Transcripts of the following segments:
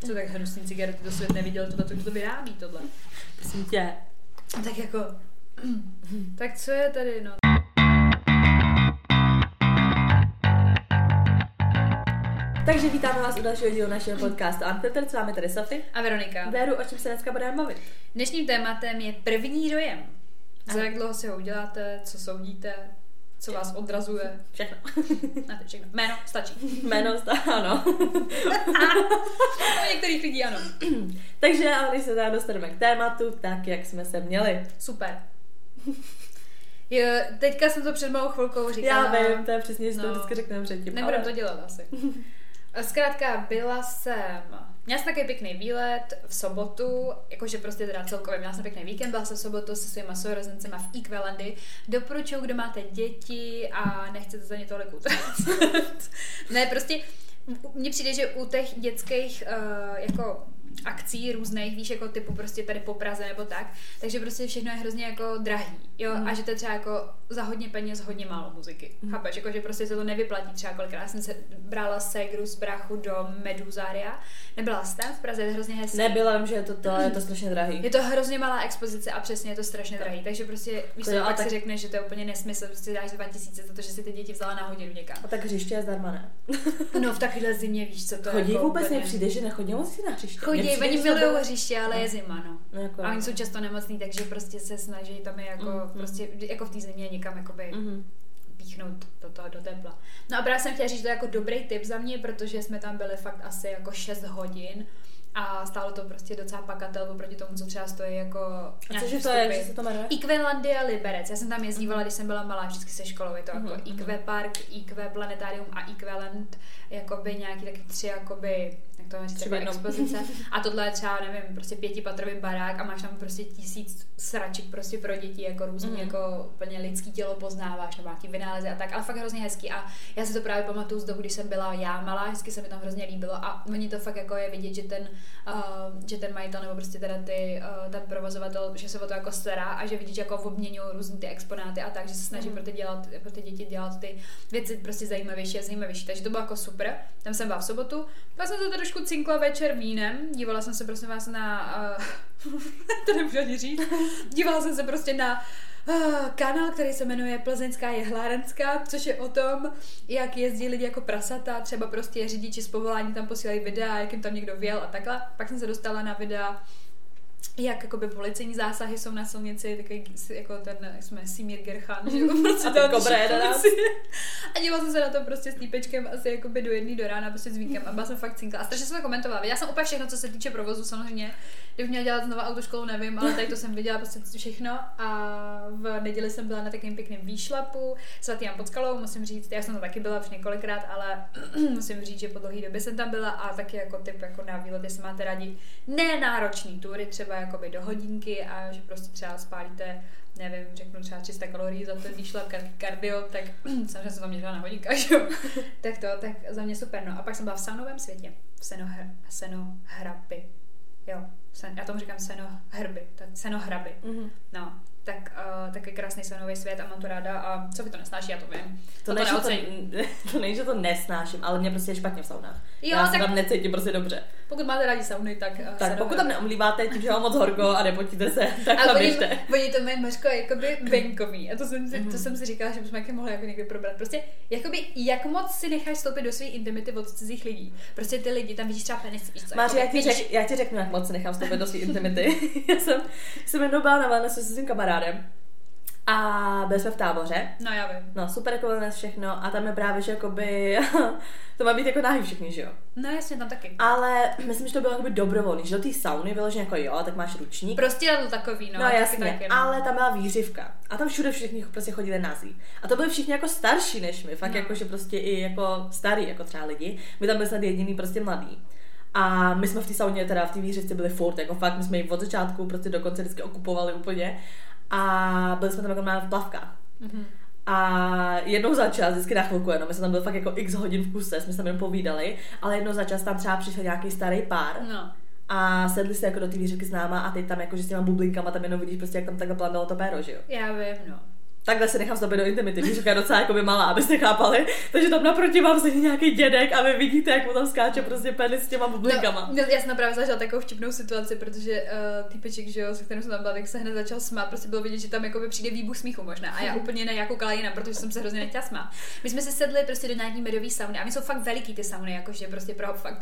To tak hnusný cigarety, to svět neviděl, to vyrábí tohle. Prosím tě. Tak jako... tak co je tady, no? Takže vítáme vás u dalšího dílu našeho podcastu Unfiltered, s vámi tady Sofie A Veronika. Véru, o čem se dneska budeme bavit? Dnešním tématem je první dojem. Za jak dlouho si ho uděláte, co soudíte, co vás odrazuje. Všechno. Na to všechno. Jméno stačí. Ano. U některých lidí ano. Takže, ale když se teda dostaneme k tématu, tak jak jsme se měli. Super. Jo, teďka jsem to před malou chvilkou říkala. Já vím, to je přesně, že to vždycky řekneme předtím. Nebudem to dělat asi. Zkrátka, měla jsem takový pěkný výlet v sobotu, jakože prostě teda celkově měla jsem pěkný víkend, byla jsem v sobotu se svýma sourozencema v Equalandy. Doporučuju, kdo máte děti a nechcete za ně tolik utrácet. Ne, prostě mně přijde, že u těch dětských jako akcí různých, víš, jako typu prostě tady po Praze nebo tak, takže prostě všechno je hrozně jako drahý, jo, a že to je třeba jako za hodně peněz hodně málo muziky, chápeš, jako že prostě se to nevyplatí třeba kolikrát. Já jsem se brala ségru z bráchu do Meduzaria, nebyla jsi tam v Praze, je to hrozně hezký. Nebyla, vím, že je to strašně drahý. Je to hrozně malá expozice a přesně je to strašně drahý, takže prostě víš, jo, pak tak si řekneš, že to je úplně nesmysl, prostě dáš 2000 za to, že si ty děti vzala na hodinu někam. A tak hřiště je zdarma, ne? No v takovéhle zimě, víš, co to chodí jako vůbec úplně... nepřijde, že nechodí moc na hřiště. Chodí, oni milují hřiště, ale je zima, no. Jako, a oni jsou často nemocní, takže prostě se snaží tam je jako, prostě, jako v té zimě někam jakoby píchnout do tepla. No a právě jsem chtěla říct, že to je jako dobrý tip za mě, protože jsme tam byli fakt asi jako 6 hodin a stálo to prostě docela pakatel oproti tomu, co třeba stojí jako nějaký vstupy. A cože to je, že se to jmenuje? Equalandia Liberec. Já jsem tam jezdívala, když jsem byla malá, vždycky se školou, je to jako Eque Park, Eque Planetarium a Equaland, jakoby nějaký taky 3 jakoby, jak to říct, jako expozice. A tohle je třeba, nevím, prostě 5patrový barák a máš tam prostě 1000 sraček prostě pro děti, jako různý, jako úplně lidský tělo poznáváš, nebo nějaký vynálezy a tak, ale fakt hrozně hezký. A já si to právě pamatuju z dobu, když jsem byla já malá, hezky se mi tam hrozně líbilo a oni to fakt jako je vidět, že ten majitel nebo prostě teda ten provozovatel, že se o to jako stará a že vidíš, jako obměňují různý ty exponáty a tak, že se snaží pro ty děti dělat ty věci prostě zajímavější a zajímavější. Takže to bylo jako super. Tam jsem byla v sobotu. Pak jsem to trošku cinkla večer vínem. Dívala jsem se prosím vás na to nemůžu ani říct. Dívala jsem se prostě na kanál, který se jmenuje Plzeňská jehlárenská, což je o tom, jak jezdí lidi jako prasata, třeba prostě řidiči z povolání tam posílají videa, jak jim tam někdo vjel a takhle. Pak jsem se dostala na videa, jak jakoby policejní zásahy jsou na silnici, takový jako ten, jak jsme Simír Gerchan, že prostě to a dívala jsem se na to prostě s týpečkem asi jakoby do 1 do rána prostě s vínkem a byla jsem fakt cinkla a strašně jsem to komentovala. Viděla jsem úplně všechno, co se týče provozu samozřejmě, kdybych měla dělat znova autoškolu, nevím, ale tady to jsem viděla prostě všechno a v neděli jsem byla na takovém pěkném výšlapu Svatý Jan pod Skalou, musím říct, já jsem tam taky byla už několikrát, ale musím říct, že po dlouhé době jsem tam byla a taky jako tip jako na výlet, jestli máte rádi nenáročný tury, třeba jakoby do hodinky a že prostě třeba spálíte, nevím, řeknu třeba 300 kalorií za ten výšlap kardio, tak samozřejmě jsem tam měřila na hodinkách, že jo. tak za mě super, no. A pak jsem byla v Saunovém světě, v Senohraby, jo, já tomu říkám Senohraby, no. Tak je krásný saunový svět a mám to ráda a co vy to nesnáší, já to vím. To nejde, že to nesnáším, ale mě prostě je špatně v saunách. Jo, já se tam necítím prostě dobře. Pokud máte rádi sauny, tak pokud tam neomlíváte tím, že mám moc horko a nepotíte se, tak tam běžte. Oni to mají Mařko jakoby venkový a to jsem si říkala, že bychom mohli jako někdy probrat. Prostě jakoby jak moc si necháš vstoupit do své intimity od cizích lidí. Prostě ty lidi tam vidíš třeba penis, víš co? Máři, já ti řeknu, jak moc si nechám vstoupit do své intimity. já jsem jednou byla na wellnessu se svým kamarádem. A byli jsme v Táboře. No já vím. No super jako wellness všechno a tam je právě, že jakoby to má být jako nahý všichni, že jo? No jasně, tam taky. Ale myslím, že to bylo jakoby dobrovolný, že do té sauny bylo, že jako jo, tak máš ručník. Prostě to takový, no. No jasně, taky, no. ale tam byla výřivka a tam všude všichni prostě chodili nazí. A to byli všichni jako starší než my, fakt jako, že prostě i jako starý, jako třeba lidi. My tam byli snad jediný prostě mladý. A my jsme v té sauně, teda v té výřivce byli furt, jako fakt, my jsme ji od začátku prostě dokonce vždycky okupovali úplně. A byli jsme tam jako v plavkách. A jednou za čas, vždycky na chvilku jenom, my jsme tam byli fakt jako x hodin v kuse, jsme se tam jen povídali, ale jednou za čas tam třeba přišel nějaký starý pár. No. A sedli se jako do té výřivky s náma a teď tam jako, že s těma bublinkama tam jenom vidíš prostě, jak tam takhle plavilo to péro, že jo? Já vím, no. takhle se nechám vstoupit do intimity, víš, je docela jako by malá, abyste chápali, takže tam naproti vám sedí nějaký dědek a vy vidíte, jak mu tam skáče prostě penis s těma bublinkama. No, já jsem právě zažila takovou vtipnou situaci, protože týpeček, že jo, se kterým jsem tam byla, tak se hned začal smát, prostě bylo vidět, že tam jakoby přijde výbuch smíchu možná a já úplně ne, jako koukala jinam, protože jsem se hrozně nechtěla smát. My jsme se sedli prostě do nějaký medový sauny a my jsou fakt veliký ty sauny, jakože prostě pro fakt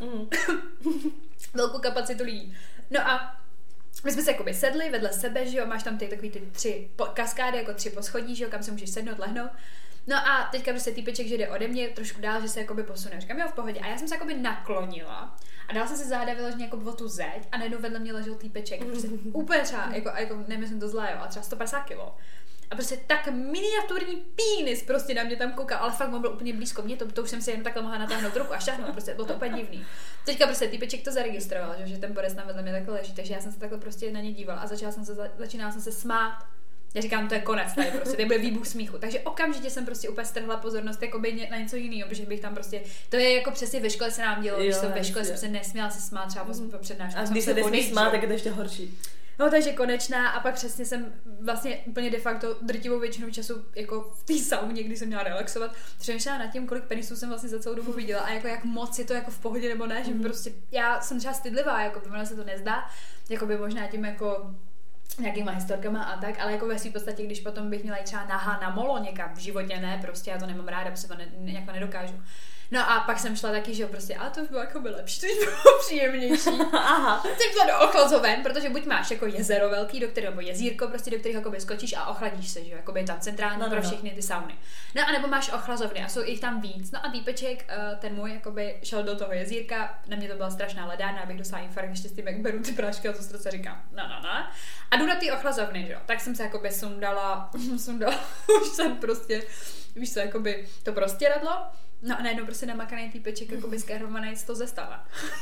velkou kapacitu lidí. No a my jsme se jakoby sedli vedle sebe, že jo, máš tam takový ty 3 kaskády, jako 3 poschodí, že jo, kam se můžeš sednout, lehnout. No a teďka prostě týpeček, že jde ode mě trošku dál, že se jakoby posune. Říkám, jo, v pohodě. A já jsem se jakoby naklonila a dala jsem si záda vyloženě jako o tu zeď a najednou vedle mě ležel týpeček. Prostě úplně třeba, jako nemyslím to zlé, jo, ale třeba 150 kilo. A prostě tak miniaturní pínis prostě na mě tam koukal, ale fakt on byl úplně blízko mě, to už jsem si jen takhle mohla natáhnout ruku a šáhnout, prostě bylo to úplně divný. Teďka prostě týpeček to zaregistroval, že ten borec tam vedle mě takhle leží, takže já jsem se takhle prostě na ně dívala a začínala jsem se smát. Já říkám, to je konec tady prostě, tady bude výbuch smíchu. Takže okamžitě jsem prostě úplně strhla pozornost jakoby na něco jiného, protože bych tam prostě, to je jako přesně ve škole se nám dělo, když jsem ve škole jsem se nesměla se smát třeba po přednášku. A když se nesmí smát, tak je to ještě horší. No takže konečná a pak přesně jsem vlastně úplně de facto drtivou většinu času jako v té sauně, kdy jsem měla relaxovat, přemýšlela nad tím, kolik penisů jsem vlastně za celou dobu viděla a jako jak moc je to jako v pohodě nebo ne, že prostě já jsem třeba stydlivá, jako by se to nezdá, jako by možná tím jako nějakýma historkama a tak, ale jako ve svým podstatě, když potom bych měla jít třeba nahá na molo někam, v životě ne, prostě já to nemám ráda, protože to jako nedokážu. No a pak jsem šla taky, že jo, prostě, ale to už bylo jako by lepší, to už bylo příjemnější. Aha. Jsem šla do ochlazoven, protože buď máš jako jezero velký, do kterého, nebo jezírko, prostě do kterého jakoby skočíš a ochladíš se, že jo, jakoby je tam centrální pro všechny ty sauny. No a nebo máš ochlazovny a jsou jich tam víc. No a týpeček, ten můj, jakoby šel do toho jezírka, na mě to byla strašná ledárna, abych dostala infarkt, ještě s tím, jak beru ty prášky a to srdce říkám, no. A jdu na ty ochlazovny, že jo, tak jsem se jakoby sundala, už jsem prostě, víš co, jakoby to prostěradlo. No a najednou prostě namakaný týpeček jakoby skerovaný z toho zestava.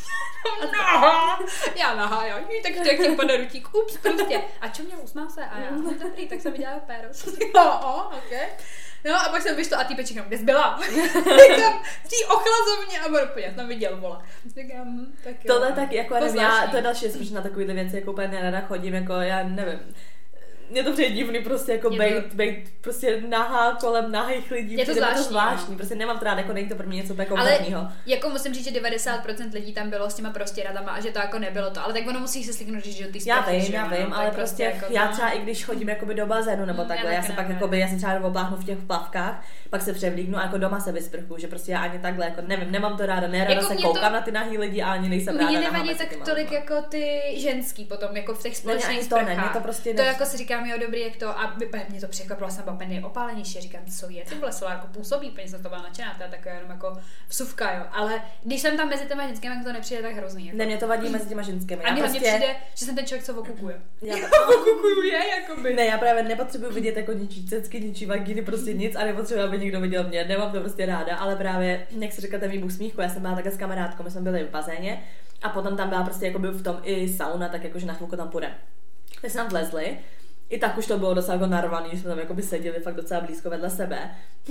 Já nahá, já tak tím padne rutík, ups, prostě. A čo měl, usmál se a já, dobrý, tak jsem viděla péros. Okay. No a pak jsem vyšla a týpeček, kde jsi byla? Říkám, v té ochlazovně a budu podívat, tam viděl, vola. Říkám, tak jo. Tohle tak jako to je další, že na takovýhle věci jako úplně nerada chodím, jako já nevím. Mně to přijde divný prostě jako bejt prostě nahá kolem nahých lidí. Je to zvláštní, prostě nemám to rád, jako není to pro mě něco jako komfortního. Ale jako musím říct, že 90% lidí tam bylo s těma prostěradama a že to jako nebylo to, ale tak ono musí se slíknout, že ty já vím, ale prostě jako já třeba i když chodím jakoby do bazénu nebo takhle, já se pak jakoby, já se třeba obláhnu v těch plavkách, pak se převlíknu a jako doma se vysprchu, že prostě já ani takhle jako nevím, nemám to ráda, nerada jako se koukám na ty nahý lidi a ani nejsem ráda. Mně nevadí tak tolik jako ty ženský potom jako v těch společných sprchách. To jako si říkám, jo, dobrý, jak to, a mě to překvapilo, jsem byla úplně opálenější, říkám, co je, ty vole, jako působí, úplně jsem to byla nadšená, to je taková jenom jako vsuvka, jo, ale když jsem tam mezi těma ženskými, tak to nepřijde tak hrozný. Jako. Ne, mě to vadí mezi těma ženskými. A mně prostě přijde, že jsem ten člověk, co okukuje. Okukuje, jakoby. Ne, já právě nepotřebuji vidět jako ničí cecky, ničí vagíny, prostě nic a nepotřebuji, aby někdo viděl mě, nemám to prostě ráda, ale právě, jak se říká ten výbuch smíchu, já jsem byla také s kamarádkou, my jsme byli v bazéně a potom tam byla prostě jako byl v tom i sauna, tak jakože na chvilku tam půjde. Tak jsme tam vlezli. I tak už to bylo docela jako narvaný, že jsme tam jakoby seděli fakt docela blízko vedle sebe.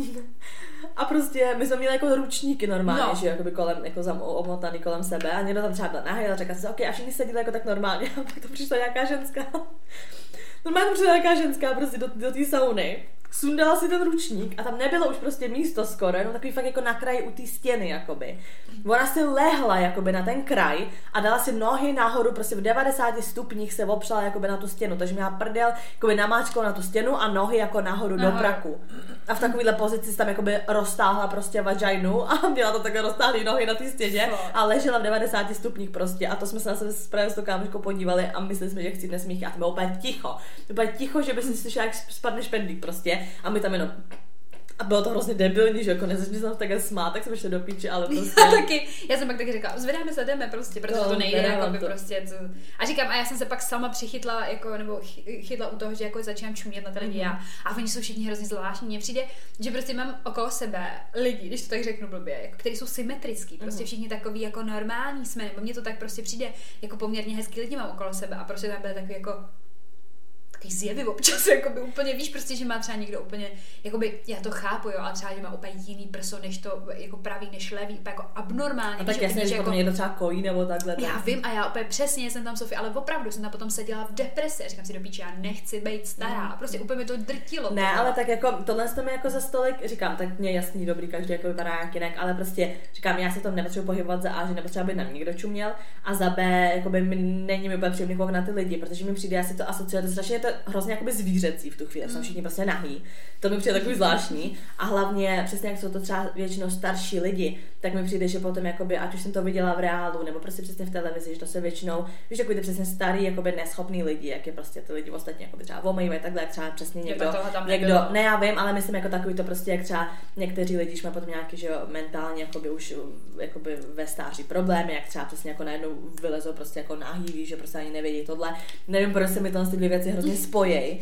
A prostě my jsme měli jako ručníky normálně, že jakoby kolem, jako omotaný kolem sebe a někdo tam třeba byl nahý a řekl si, ok, a všichni seděli jako tak normálně. A pak to přišla nějaká ženská. Normálně to přišla nějaká ženská prostě do té sauny. Sundala si ten ručník a tam nebylo už prostě místo skoro, jenom takový fakt jako na kraji u té stěny, jakoby. Ona si lehla jakoby na ten kraj a dala si nohy nahoru, prostě v 90 stupních se opřela jakoby na tu stěnu, takže měla prdel jakoby namáčkou na tu stěnu a nohy jako nahoru do praku. A v takovéhle pozici tam jakoby roztáhla prostě vaginu a měla to takhle roztáhlý nohy na té stěně a ležela v 90 stupních prostě a to jsme se na sebe právě s tou kámoškou podívali a mysleli jsme, že chcípne smích a to bylo úplně ticho, že by si slyšela, jak spadne špendlík prostě. A my tam jenom a bylo to hrozně debilní, že jako nezačali jsem takhle smát, tak jsem ještě do píči, ale prostě... Já jsem pak taky řekla, zvedáme se, jdeme prostě, protože to nejde, jako by prostě... A říkám, a já jsem se pak sama přichytla, jako, nebo chytla u toho, že jako začínám čumět na ty lidi a oni jsou všichni hrozně zvláštní. Mně přijde, že prostě mám okolo sebe lidi, když to tak řeknu blbě, jako, kteří jsou symetrický, prostě všichni takový jako normální jsme, nebo mně to tak prostě přijde, jako poměrně hezký lidi mám okolo sebe a prostě tam byly takový jako takový zjevy občas, jakoby úplně víš prostě, že má třeba někdo úplně, jakoby, já to chápu, jo, ale třeba, že má úplně jiný prso, než to, jako pravý, než levý, úplně jako abnormálně. A tak jasně, že jako někdo třeba kojí nebo takhle. Já vím a já úplně přesně jsem tam Sofie, ale opravdu jsem tam potom seděla v depresi a říkám si do píče, já nechci být stará a prostě úplně mi to drtilo. Ne, ale tak jako tohle mi jako za stolik, říkám, tak mě jasný, dobrý, každý jako vypadá nějak jinak, ale prostě říkám, já se tom nepotřebuji pohybovat za A, že nepotřeba být na mě někdo čuměl a za B, jakoby není mi úplně příjemný koukat na ty lidi, protože mi přijde, já si to asociuje, to strašně je to hrozně jakoby zvířecí v tu chvíli, jsou všichni prostě nahý. To mi přijde takový zvláštní a hlavně přesně jak jsou to třeba většinou starší lidi, tak mi přijde, že potom jakoby, ať už jsem to viděla v reálu nebo prostě přesně v televizi, že to se většinou, víš, jako ty přesně starý, jakoby neschopný lidi, jak je prostě ty lidi ostatně jakoby třeba omejvají takhle, jak třeba přesně někdo, ne, já vím, ale myslím jako takový to prostě, jak třeba někteří lidi mají potom nějaký, že jo, mentálně jakoby už jakoby ve stáří problémy, jak třeba přesně jako najednou vylezou prostě jako nahý, víš, že prostě ani nevědí tohle. Nevím, proč se mi ty dvě věci hrozně spojí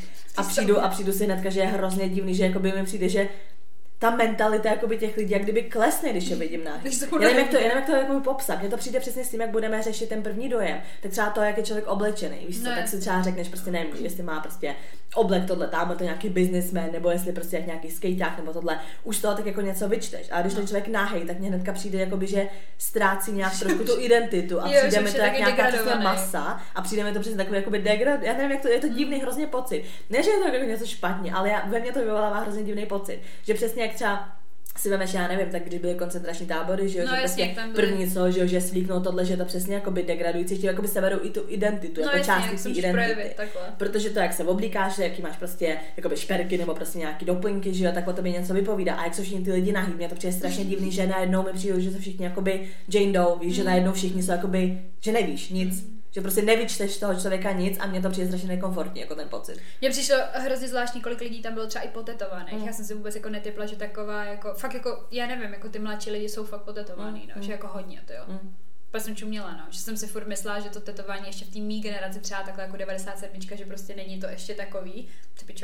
a přijdu si hnedka, že je hrozně divný, že jakoby mi přijde, že ta mentalita jakoby těch lidí jak kdyby klesne, když je vidím nahý. Já nevím, jak to jakoby popsat. Mně to přijde přesně s tím, jak budeme řešit ten první dojem. Tak třeba to, jak je člověk oblečený, víš co, tak si třeba řekneš prostě nevím, jestli má prostě oblek tohle, tam to nějaký businessman, nebo jestli prostě jak nějaký skejťák nebo tohle, už toho tak jako něco vyčteš. A když ten člověk nahej, tak mě hnedka přijde jakoby, že ztrácí nějak trošku tu identitu a přijde mi to jak nějaká přesně masa a přijde mi to přesně takový jakoby degrad. Já nevím, jak to je to divný hrozně pocit. Ne, že je to jako něco špatně, ale ve mně to vyvolává hrozně divný pocit, že přesně jak třeba si vemeš, já nevím, tak když byly koncentrační tábory, že jo, no, že jasně, prostě první co, že slíknou tohle, že to přesně jakoby degradující, že jakoby seberou i tu identitu, jako část té identity. Protože to, jak se oblíkáš, jaký máš prostě jakoby šperky nebo prostě nějaký doplňky, že jo, tak o tobě něco vypovídá. A jak jsou všichni ty lidi nahý, mě to přijde strašně divný, že najednou mi přijde, že jsou všichni jakoby Jane Doe, víš, že najednou všichni jsou jakoby, že nevíš nic. Že prostě nevyčteš toho člověka nic a mě to přijde strašně nekomfortní, jako ten pocit. Mně přišlo hrozně zvláštní, kolik lidí tam bylo třeba i potetovaných. Já jsem si vůbec jako netypla, že taková jako, fakt jako, já nevím, jako ty mladší lidi jsou fakt potetovaný, no, že jako hodně, to jo. Pak jsem čuměla, no, že jsem si furt myslela, že to tetování ještě v té mý generaci třeba takhle jako 97, že prostě není to ještě takový, ty pičo,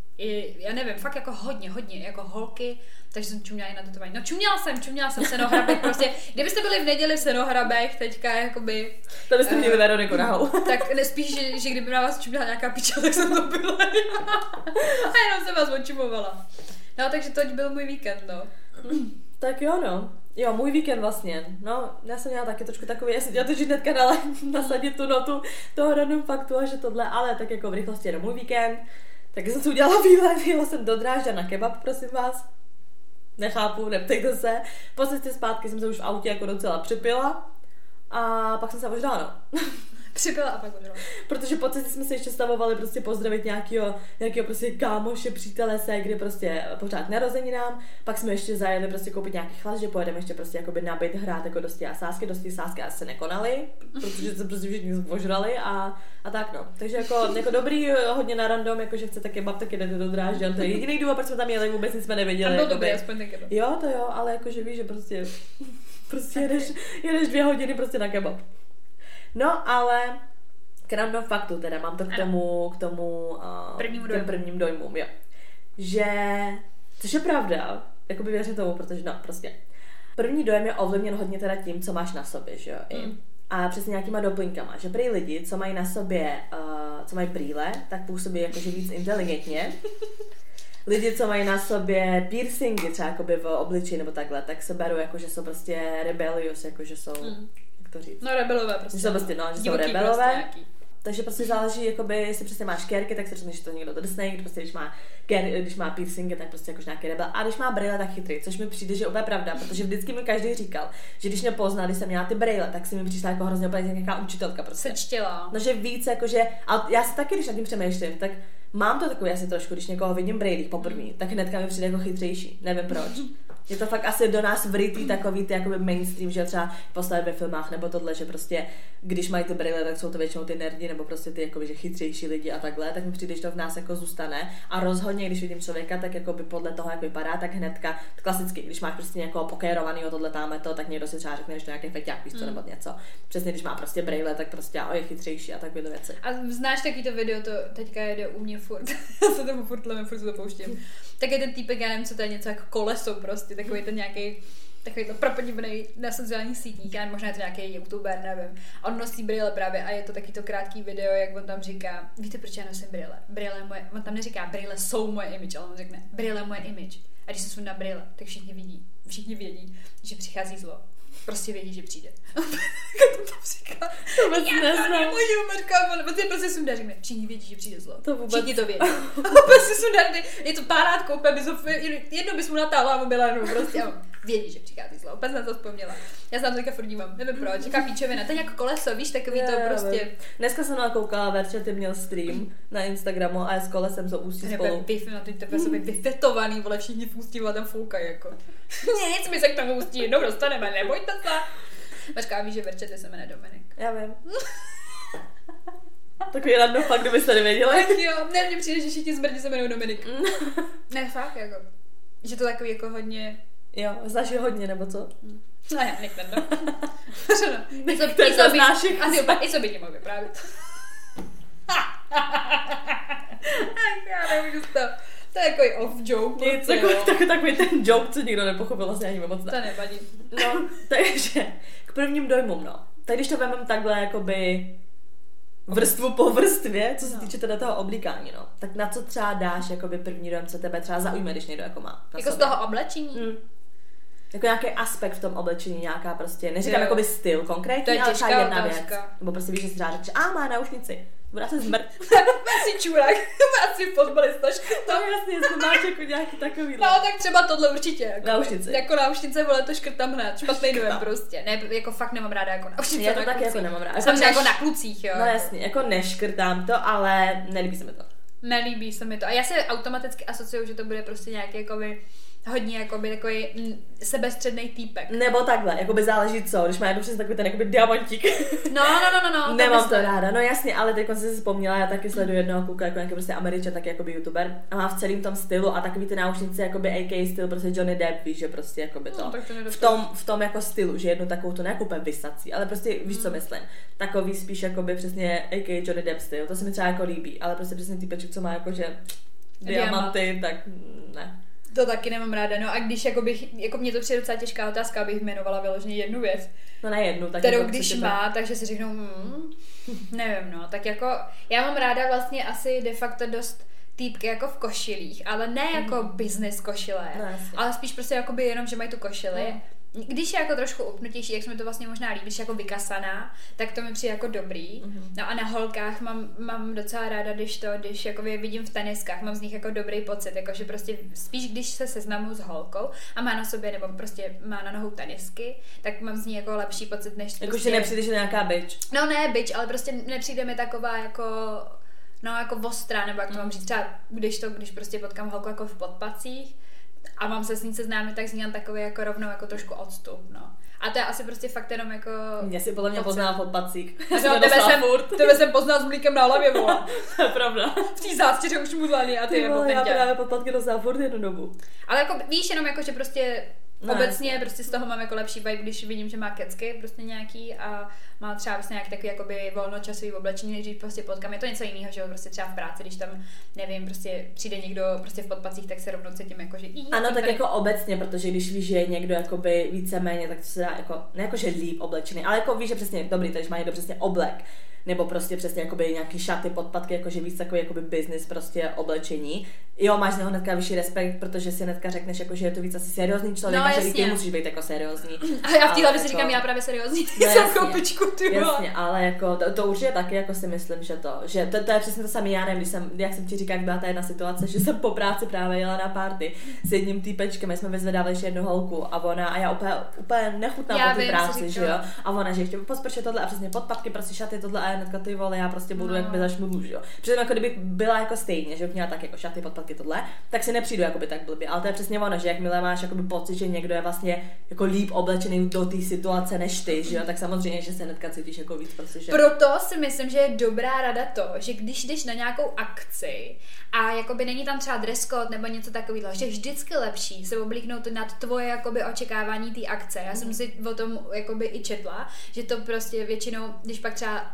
já nevím, fakt jako hodně, jako holky, takže jsem čuměla i na tetování. No čuměla jsem v Senohrabech, prostě, kdybyste byli v neděli v Senohrabech, teďka jakoby... To byste měli Veroniku Nahou. Tak nespíš, že kdyby na vás čuměla nějaká piča, tak jsem to byla. A jenom jsem vás odčumovala. No, takže to byl můj víkend, no. Tak jo, no. Jo, můj víkend vlastně. No, já jsem měla taky trošku takový, já jsem chtěla to hnedka nasadit tu notu toho random faktu a že tohle, ale tak jako v rychlosti jenom můj víkend. Tak jsem si udělala výlet, jela jsem do Drážďan na kebab, prosím vás. Nechápu, neptejte se. Po cestě zpátky jsem se už v autě jako docela připila a pak jsem se ožrala, no. Připila a pak ožrala. Protože po cestě jsme se ještě stavovali prostě pozdravit nějakýho prostě kámoše, přítele, ségry, prostě pořád narozeninám. Pak jsme ještě zajeli prostě koupit nějaký chlast, že pojedeme ještě prostě jakoby nabit, hrát jako dosti sásky asi se nekonaly, protože se prostě všichni ožrali a tak no. Takže jako dobrý, hodně na random, jakože chcete kebab, tak jdete do Drážďan. To je jediný důvod, proč jsme tam jeli, vůbec nic jsme nevěděli. A byl dobrý, aspoň ten kebab. Jo, to jo, ale jakože víš, že prostě jedeš 2 hodiny prostě na kebab. No, ale k random faktu, teda mám to k tomu prvním dojmům, jo. Že, což je pravda, jakoby věřím tomu, protože no, prostě. První dojem je ovlivněn hodně teda tím, co máš na sobě, že jo. A přesně nějakýma doplňkama, že prý lidi, co mají na sobě, co mají brýle, tak působí jakože víc inteligentně. Lidi, co mají na sobě piercingy, třeba jakoby v obličeji nebo takhle, tak se berou jako, že jsou prostě rebellious, jako že jsou... Říct. No rebelové prostě. Že jsou rebelové. Prostě takže prostě záleží, jakoby, jestli přesně máš kérky, tak si řekneš, že to někdo to drsnej, prostě když má piercingy, tak prostě jakož nějaký rebel. A když má brýle, tak chytrý, což mi přijde, že úplně pravda, protože vždycky mi každý říkal, že když mě poznal, když jsem měla ty brýle, tak si mi přišla jako hrozně úplně nějaká učitelka prostě. Sečtěla. No, že víc jakože, a já si taky, když nad tím přemýšlím, tak mám to takový asi trošku, když někoho vidím brýlích poprvé, tak hnedka mi přijde jako chytřejší, nevím proč. Je to fakt asi do nás vrytý takový ty jakoby mainstream, že třeba postavit ve filmách nebo tohle, že prostě když mají ty brýle, tak jsou to většinou ty nerdi nebo prostě ty jakoby, že chytřejší lidi a takhle, tak mi přijde, že to v nás jako zůstane a rozhodně, když vidím člověka, tak jakoby podle toho, jak vypadá, tak hnedka klasicky, když máš prostě někoho pokérovanýho tohle támeto, tak někdo si třeba řekne, že to nějaký feťák, víš co, nebo něco. Přesně, když má prostě brýle, tak prostě je chytřejší a takovéhle věci. A znáš taky to video, to teďka jede u mě furt. Já se tomu furt se to pouštím. Tak je ten týpek, já nevím, co to je, něco jako koleso prostě, takový ten nějaký takový to propodivnej na sociálních sítích, a možná je to nějaký youtuber, nevím. A on nosí brýle právě a je to taky to krátký video, jak on tam říká, víte, proč já nosím brýle? Brýle je moje, on tam neříká, brýle jsou moje image, ale on řekne, brýle je moje image. A když se sundá brýle, tak všichni vědí, že přichází zlo. Prostě vědí, že přijde. Jak to tam říká? To vůbec neznám. On prostě sundá, řekne, všichni vědí, že přijde zlo. To vůbec. Všichni to vědí. Prostě sundá, je to párát koupe, jedno bys mu natáhla a Milenu, prostě vědí, že přichází zlo. Opět na to vzpomněla. Já se na to teďka furt dívám, nevím proč, jaká píčovina, to je jako koleso, víš, takový to prostě. Dneska jsem koukala, Verče, ty měl stream na Instagramu a s kolesem jsou ústí spolu. Na ty tebe jsou vyfetovaný, vole, všichni v ústí tam foukají, jako. Nic, my se k tomu ústí jednou dostaneme, nebojte se. Mařka, víš, že Verče, ty se jmenuje Dominik. Já vím. Takový random fakt, kdybyste nevěděli. Tak jo, ne, mně přijde, že všichni zmrdí se jmenují Dominik. Ne, fakt, jako. Že to takový jako hodně. Jo, znáš je hodně, nebo co? No já, nech ten I co by tě mohl vyprávět. Já nemůžu to. To je takový off joke. Nic, takový ten joke, co nikdo nepochopil, vlastně ani moc. To nevadí. No, takže k prvním dojmům, no. Tak když to vememe takhle, jakoby vrstvu po vrstvě, co se týče teda toho oblíkání, no. Tak na co třeba dáš, jakoby první dojem, co tebe třeba zaujme, když někdo jako má? Jako z toho oblečení? Jako nějaký aspekt v tom oblečení, nějaká prostě, neříkám jakoby styl konkrétní, ale třeba jedna věc. Nebo prostě víš, že si třeba řekneš, má náušnici. Bude se zmrt. Má si čůrak, má si fotbalistačku. To jasně, jestli máš jako nějaký takový. No, tak třeba tohle určitě. Jako náušnici. Jako náušnice, vole, to škrtám hned. Špatný dojem prostě. Ne, jako fakt nemám ráda jako náušnice. Já to taky jako nemám ráda. Jsem jako na klucích, jo. No jasně, jako neškrtám to, ale nelíbí se mi to. Nelíbí se mi to. A já se automaticky asociuju, že to bude prostě nějaký jakoby hodně jakoby takový sebestřednej týpek. Nebo takhle, jakoby záleží co, když má jako přesně takový ten jakoby diamantík. No. Nemám to ráda, no jasně, ale teď jsem si vzpomněla, já taky sleduju jednoho kluka, jako nějaký prostě Američan, taky jakoby youtuber a má v celém tom stylu a takový ty náušnice jakoby AK styl, prostě Johnny Depp, víš, že prostě jakoby to. V tom jako stylu, že jednu takovou to nekupem vysací, ale prostě víš, co myslím. Takový spíš jakoby přesně AK Johnny Depp styl, to se mi třeba jako líbí, ale prostě přesně týpeček, co má jakože diamanty, tak ne. To taky nemám ráda, no a když jako mě to přijde docela těžká otázka, abych jmenovala vyloženě jednu věc. No na jednu, tak kterou jako když má, takže si řeknou, nevím, no, tak jako, já mám ráda vlastně asi de facto dost týpky jako v košilích, ale ne jako business košile, ale spíš prostě jakoby jenom, že mají tu košili. Když je jako trošku upnutější, jak se mi to vlastně možná líbí, když je jako vykasaná, tak to mi přijde jako dobrý. No a na holkách mám docela ráda, když jako vidím v teniskách, mám z nich jako dobrý pocit, jakože prostě spíš když se seznamu s holkou a má na sobě nebo prostě má na nohou tenisky, tak mám z ní jako lepší pocit, než jako prostě. Že nepřijdeš nějaká bitch. No ne bitch, ale prostě nepřijde mi taková jako jako ostrá, nebo jak to mám říct, třeba když prostě potkám holku jako v podpacích, a mám se s ní seznámit, tak zní takový jako rovnou jako trošku odstup, no. A to je asi prostě fakt jenom jako. Mě si podle mě poznala podpacík. Tebe jsem poznala s mlíkem na hlavě, vole. To je pravda. V té zástěře už mudlaný a ty je já právě podpatky dostala furt jednu dobu. Ale jako víš jenom jako, že prostě obecně prostě z toho mám jako lepší vibe, když vidím, že má kecky prostě nějaký a má třeba prostě nějaký takový jakoby volnočasový oblečení, když prostě potkám, je to něco jiného, že jo, prostě třeba v práci, když tam, nevím, prostě přijde někdo prostě v podpacích, tak se rovnou cítím jako, že ano, tak tady. Jako obecně, protože když víš, že je někdo jakoby víceméně, tak to se dá jako, ne jako, že líp oblečený, ale jako víš, že přesně dobrý, takže má někdo přesně oblek, nebo prostě přesně jakoby nějaký šaty, podpatky, jakože víc takový jakoby business prostě oblečení. Jo, máš z něho hnedka vyšší respekt, protože si hnedka řekneš, jako, že je to víc asi seriózní člověk, no, že ty musíš být jako seriózní. A já v té hlavě si říkám, já právě seriózní. No, jasně, ale jako to už je taky, jako si myslím, že to je přesně to samé, já nevím, jak jsem ti říkala, jak byla ta jedna situace, že jsem po práci právě jela na party s jedním týpečkem, my jsme vyzvedávali ještě jednu holku a já úplně nechutná po té práci, že jo. A ona, že ještě posprše tohle a přesně podpatky, prostě šaty tohle a hnedka ty vole, já prostě budu jak bez šmudlu, že jo. Přitom jako kdyby byla jako stejně, že měla tak jako šaty, podpatky tohle, tak si nepřijdu jakoby tak blbě, ale to je přesně ono, že jakmile máš jakoby pocit, že někdo je vlastně jako líp oblečený do té situace než ty, že jo, tak samozřejmě, že se hnedka cítíš jako víc, protože. Proto si myslím, že je dobrá rada to, že když jdeš na nějakou akci a jakoby není tam třeba dress code nebo něco takového, že vždycky lepší se oblíknout nad tvoje jakoby očekávání té akce. Já jsem si o tom jakoby i četla, že to prostě většinou, když pak třeba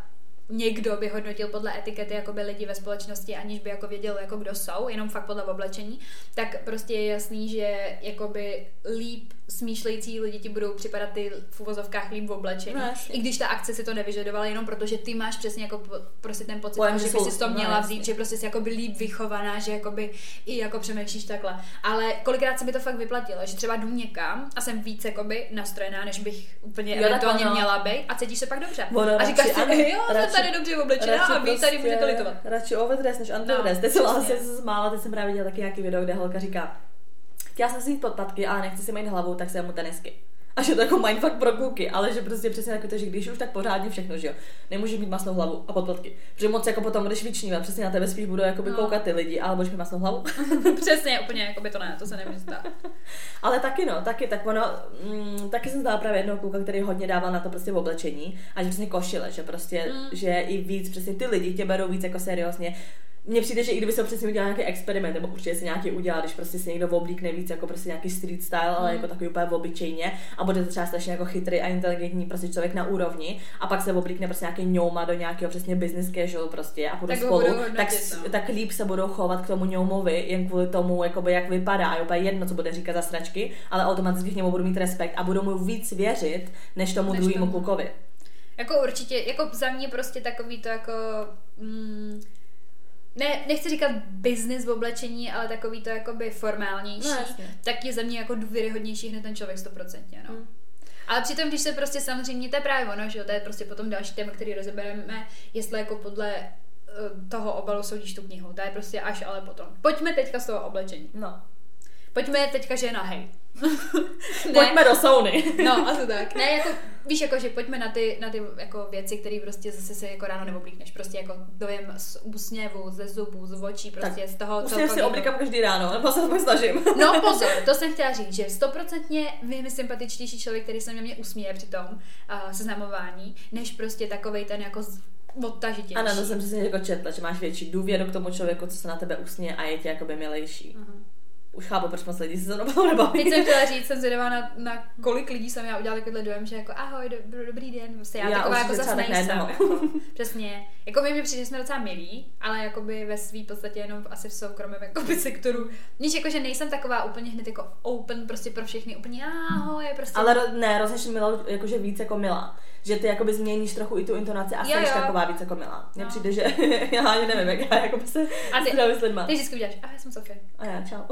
někdo by hodnotil podle etikety jakoby lidi ve společnosti, aniž by jako věděl, jako kdo jsou, jenom fakt podle oblečení, tak prostě je jasný, že jakoby líp smýšlející lidi ti budou připadat ty v uvozovkách líp v oblečení. No, i když ta akce si to nevyžadovala, jenom protože ty máš přesně jako prostě ten pocit, že by si to měla vzít, že prostě jsi jakoby líp vychovaná, že jakoby i jako přemýšlíš takhle. Ale kolikrát se mi to fakt vyplatilo, že třeba jdu někam a jsem víc jakoby nastrojená, než bych úplně eventuálně měla být a cítíš se pak dobře. A říkáš si, jo, jsem tady dobře oblečená a vy tady můžete litovat. Radši overdress než underdress. Teď jsem smála, teď jsem právě viděla taky nějaký video, kde holka říká: chtěla jsem si jít podpatky, ale nechci si mít hlavu, tak si mu tenisky. A že to jako mindfuck pro kluky, ale že prostě přesně takové to, že když už tak pořádně všechno, že jo, nemůžeš mít masnou hlavu a podpatky. Protože moc jako potom budeš vyčnívat, přesně na tebe spíš budou jakoby koukat ty lidi, ale budeš mít masnou hlavu. Přesně, úplně, jakoby to ne, to se nemůže stát. Ale taky, tak ono, taky jsem znala právě jednoho kluka, který hodně dával na to prostě v oblečení a že přesně košile, že prostě, že i víc, přesně ty lidi tě berou víc jako seriózně. Mně přijde, že i kdyby se přesně udělal nějaký experiment, nebo určitě si nějaký udělal, když prostě si někdo oblíkne víc jako prostě nějaký street style, ale jako takový úplně obyčejně a bude to třeba strašně jako chytrý a inteligentní prostě člověk na úrovni a pak se oblíkne prostě nějaký ňouma do nějakého přesně business casual prostě a půjde spolu, tak líp se budou chovat k tomu ňoumovi jen kvůli tomu, jakoby jak vypadá a je úplně jedno, co bude říkat za sračky, ale automaticky k němu budou mít respekt a budou mu víc věřit, než tomu druhému klukovi. Jako určitě, jako za mě prostě takový to jako ne, nechci říkat business v oblečení, ale takový to jakoby formálnější, tak je za mě jako důvěryhodnější hned ten člověk 100%, no. Ale přitom, když se prostě samozřejmě, to je právě ono, že jo, to je prostě potom další téma, který rozebereme, jestli jako podle toho obalu soudíš tu knihu, to je prostě až ale potom. Pojďme teďka z toho oblečení. No. Pojďme teďka, že na hej. Pojďme do sauny. No, asi tak. Ne, jako, víš, jako, že pojďme na ty jako věci, které prostě zase se jako ráno neoblíkneš. Prostě jako dojem z úsměvu, ze zubů, z očí, prostě tak, z toho celkového. Už si oblíkám každý ráno, nebo se to snažím. No pozor, to jsem chtěla říct, že 100% je sympatičtější člověk, který se mě usměje při tom seznamování, než prostě takovej ten jako odtažitější. Ano, to jsem přesně jako četla, že máš větší důvěru k tomu člověku, co se na tebe usměje a je ti jakoby milejší. Už chápu, proč moc lidí se to nebaví. Teď jsem chtěla říct, jsem zvědavá na kolik lidí jsem já udělala takovýhle dojem, že jako ahoj, dobrý den, prostě já taková jako zase nejsem. Jako, přesně. Jako mi přijde, že jsme docela milí, ale jakoby ve svý podstatě jenom asi v soukromém jakoby sektoru. Níž jako, že nejsem taková úplně hned jako open prostě pro všechny, úplně ahoj, prostě. Ale ne, rozliš milou, jakože víc jako milá. Že ty jakoby změníš trochu i tu intonaci a jsi taková víc jako milá. Mně přijde, že já ani nevím, jak já jako se zdravím s lidma. Ty vždycky uděláš, já jsem Sofie. A já, čau.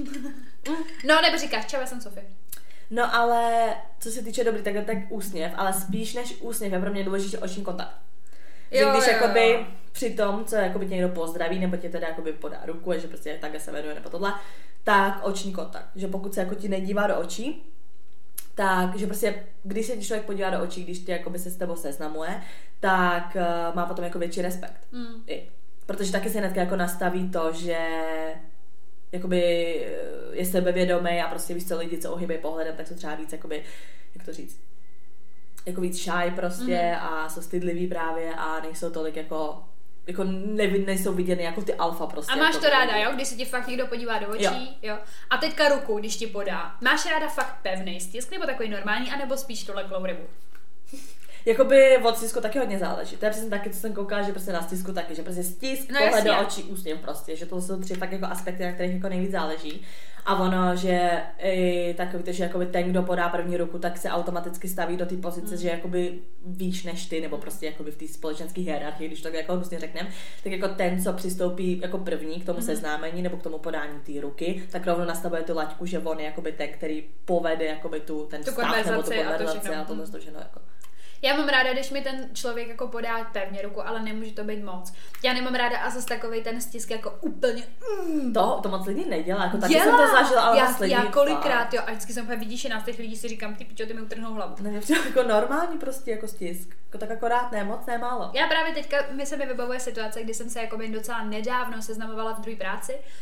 No, nebo říkáš, čau, já jsem Sofie. No ale, co se týče dobrý, tak úsměv, ale spíš než úsměv je pro mě důležitý oční kontakt. Že když jakoby při tom, co jakoby tě někdo pozdraví, nebo tě teda jakoby podá ruku, že prostě takhle se jmenuje nebo tohle, tak oční kontakt. Že pokud se jako ti nedívá do očí, tak, že prostě, když se člověk podívá do očí, když ty jakoby se s tebou seznamuje, tak má potom jako větší respekt. Protože taky se hnedka jako nastaví to, že jakoby je sebevědomý a prostě víš co, lidi, co ohýbají pohledem, tak jsou třeba víc jakoby, jak to říct, jako víc shy prostě a jsou stydliví právě a nejsou tolik jako nejsou viděny jako ty alfa prostě. A máš to ráda, jo? Když se ti fakt někdo podívá do očí, jo? A teďka ruku, když ti podá. Máš ráda fakt pevný stisk, nebo takový normální, anebo spíš tu leklou rybu? Jakoby od stisku taky hodně záleží. To je přesně taky, co jsem koukala, že prostě na stisku taky, že prostě stisk, pohled do očí, úsměv prostě, že to jsou 3 fakt jako aspekty, na kterých jako nejvíc záleží. A ono, že i takový to, že jakoby ten, kdo podá první ruku, tak se automaticky staví do té pozice, že jakoby víš než ty, nebo prostě jakoby v té společenské hierarchii, když to jako hnusně řekneme, tak jako ten, co přistoupí jako první k tomu seznámení nebo k tomu podání té ruky, tak rovno nastavuje tu laťku, že on je jakoby ten, který povede jakoby ten vztah nebo tu konverzaci a to všechno jako. Já mám ráda, když mi ten člověk jako podá pevně ruku, ale nemůže to být moc. Já nemám ráda a zase takovej ten stisk jako úplně To moc lidí nedělá, jako taky jsem to zažila, ale já kolikrát, jo, a vždycky jsem úplně vidíš na těch lidí si říkám, ty pičo, ty mi utrhnou hlavu. Ne, jako normální prostě jako stisk, jako tak akorát ne moc, ne málo. Já právě teďka, mi se mi vybavuje situace, kdy jsem se jako docela nedávno seznamovala v druhé práci.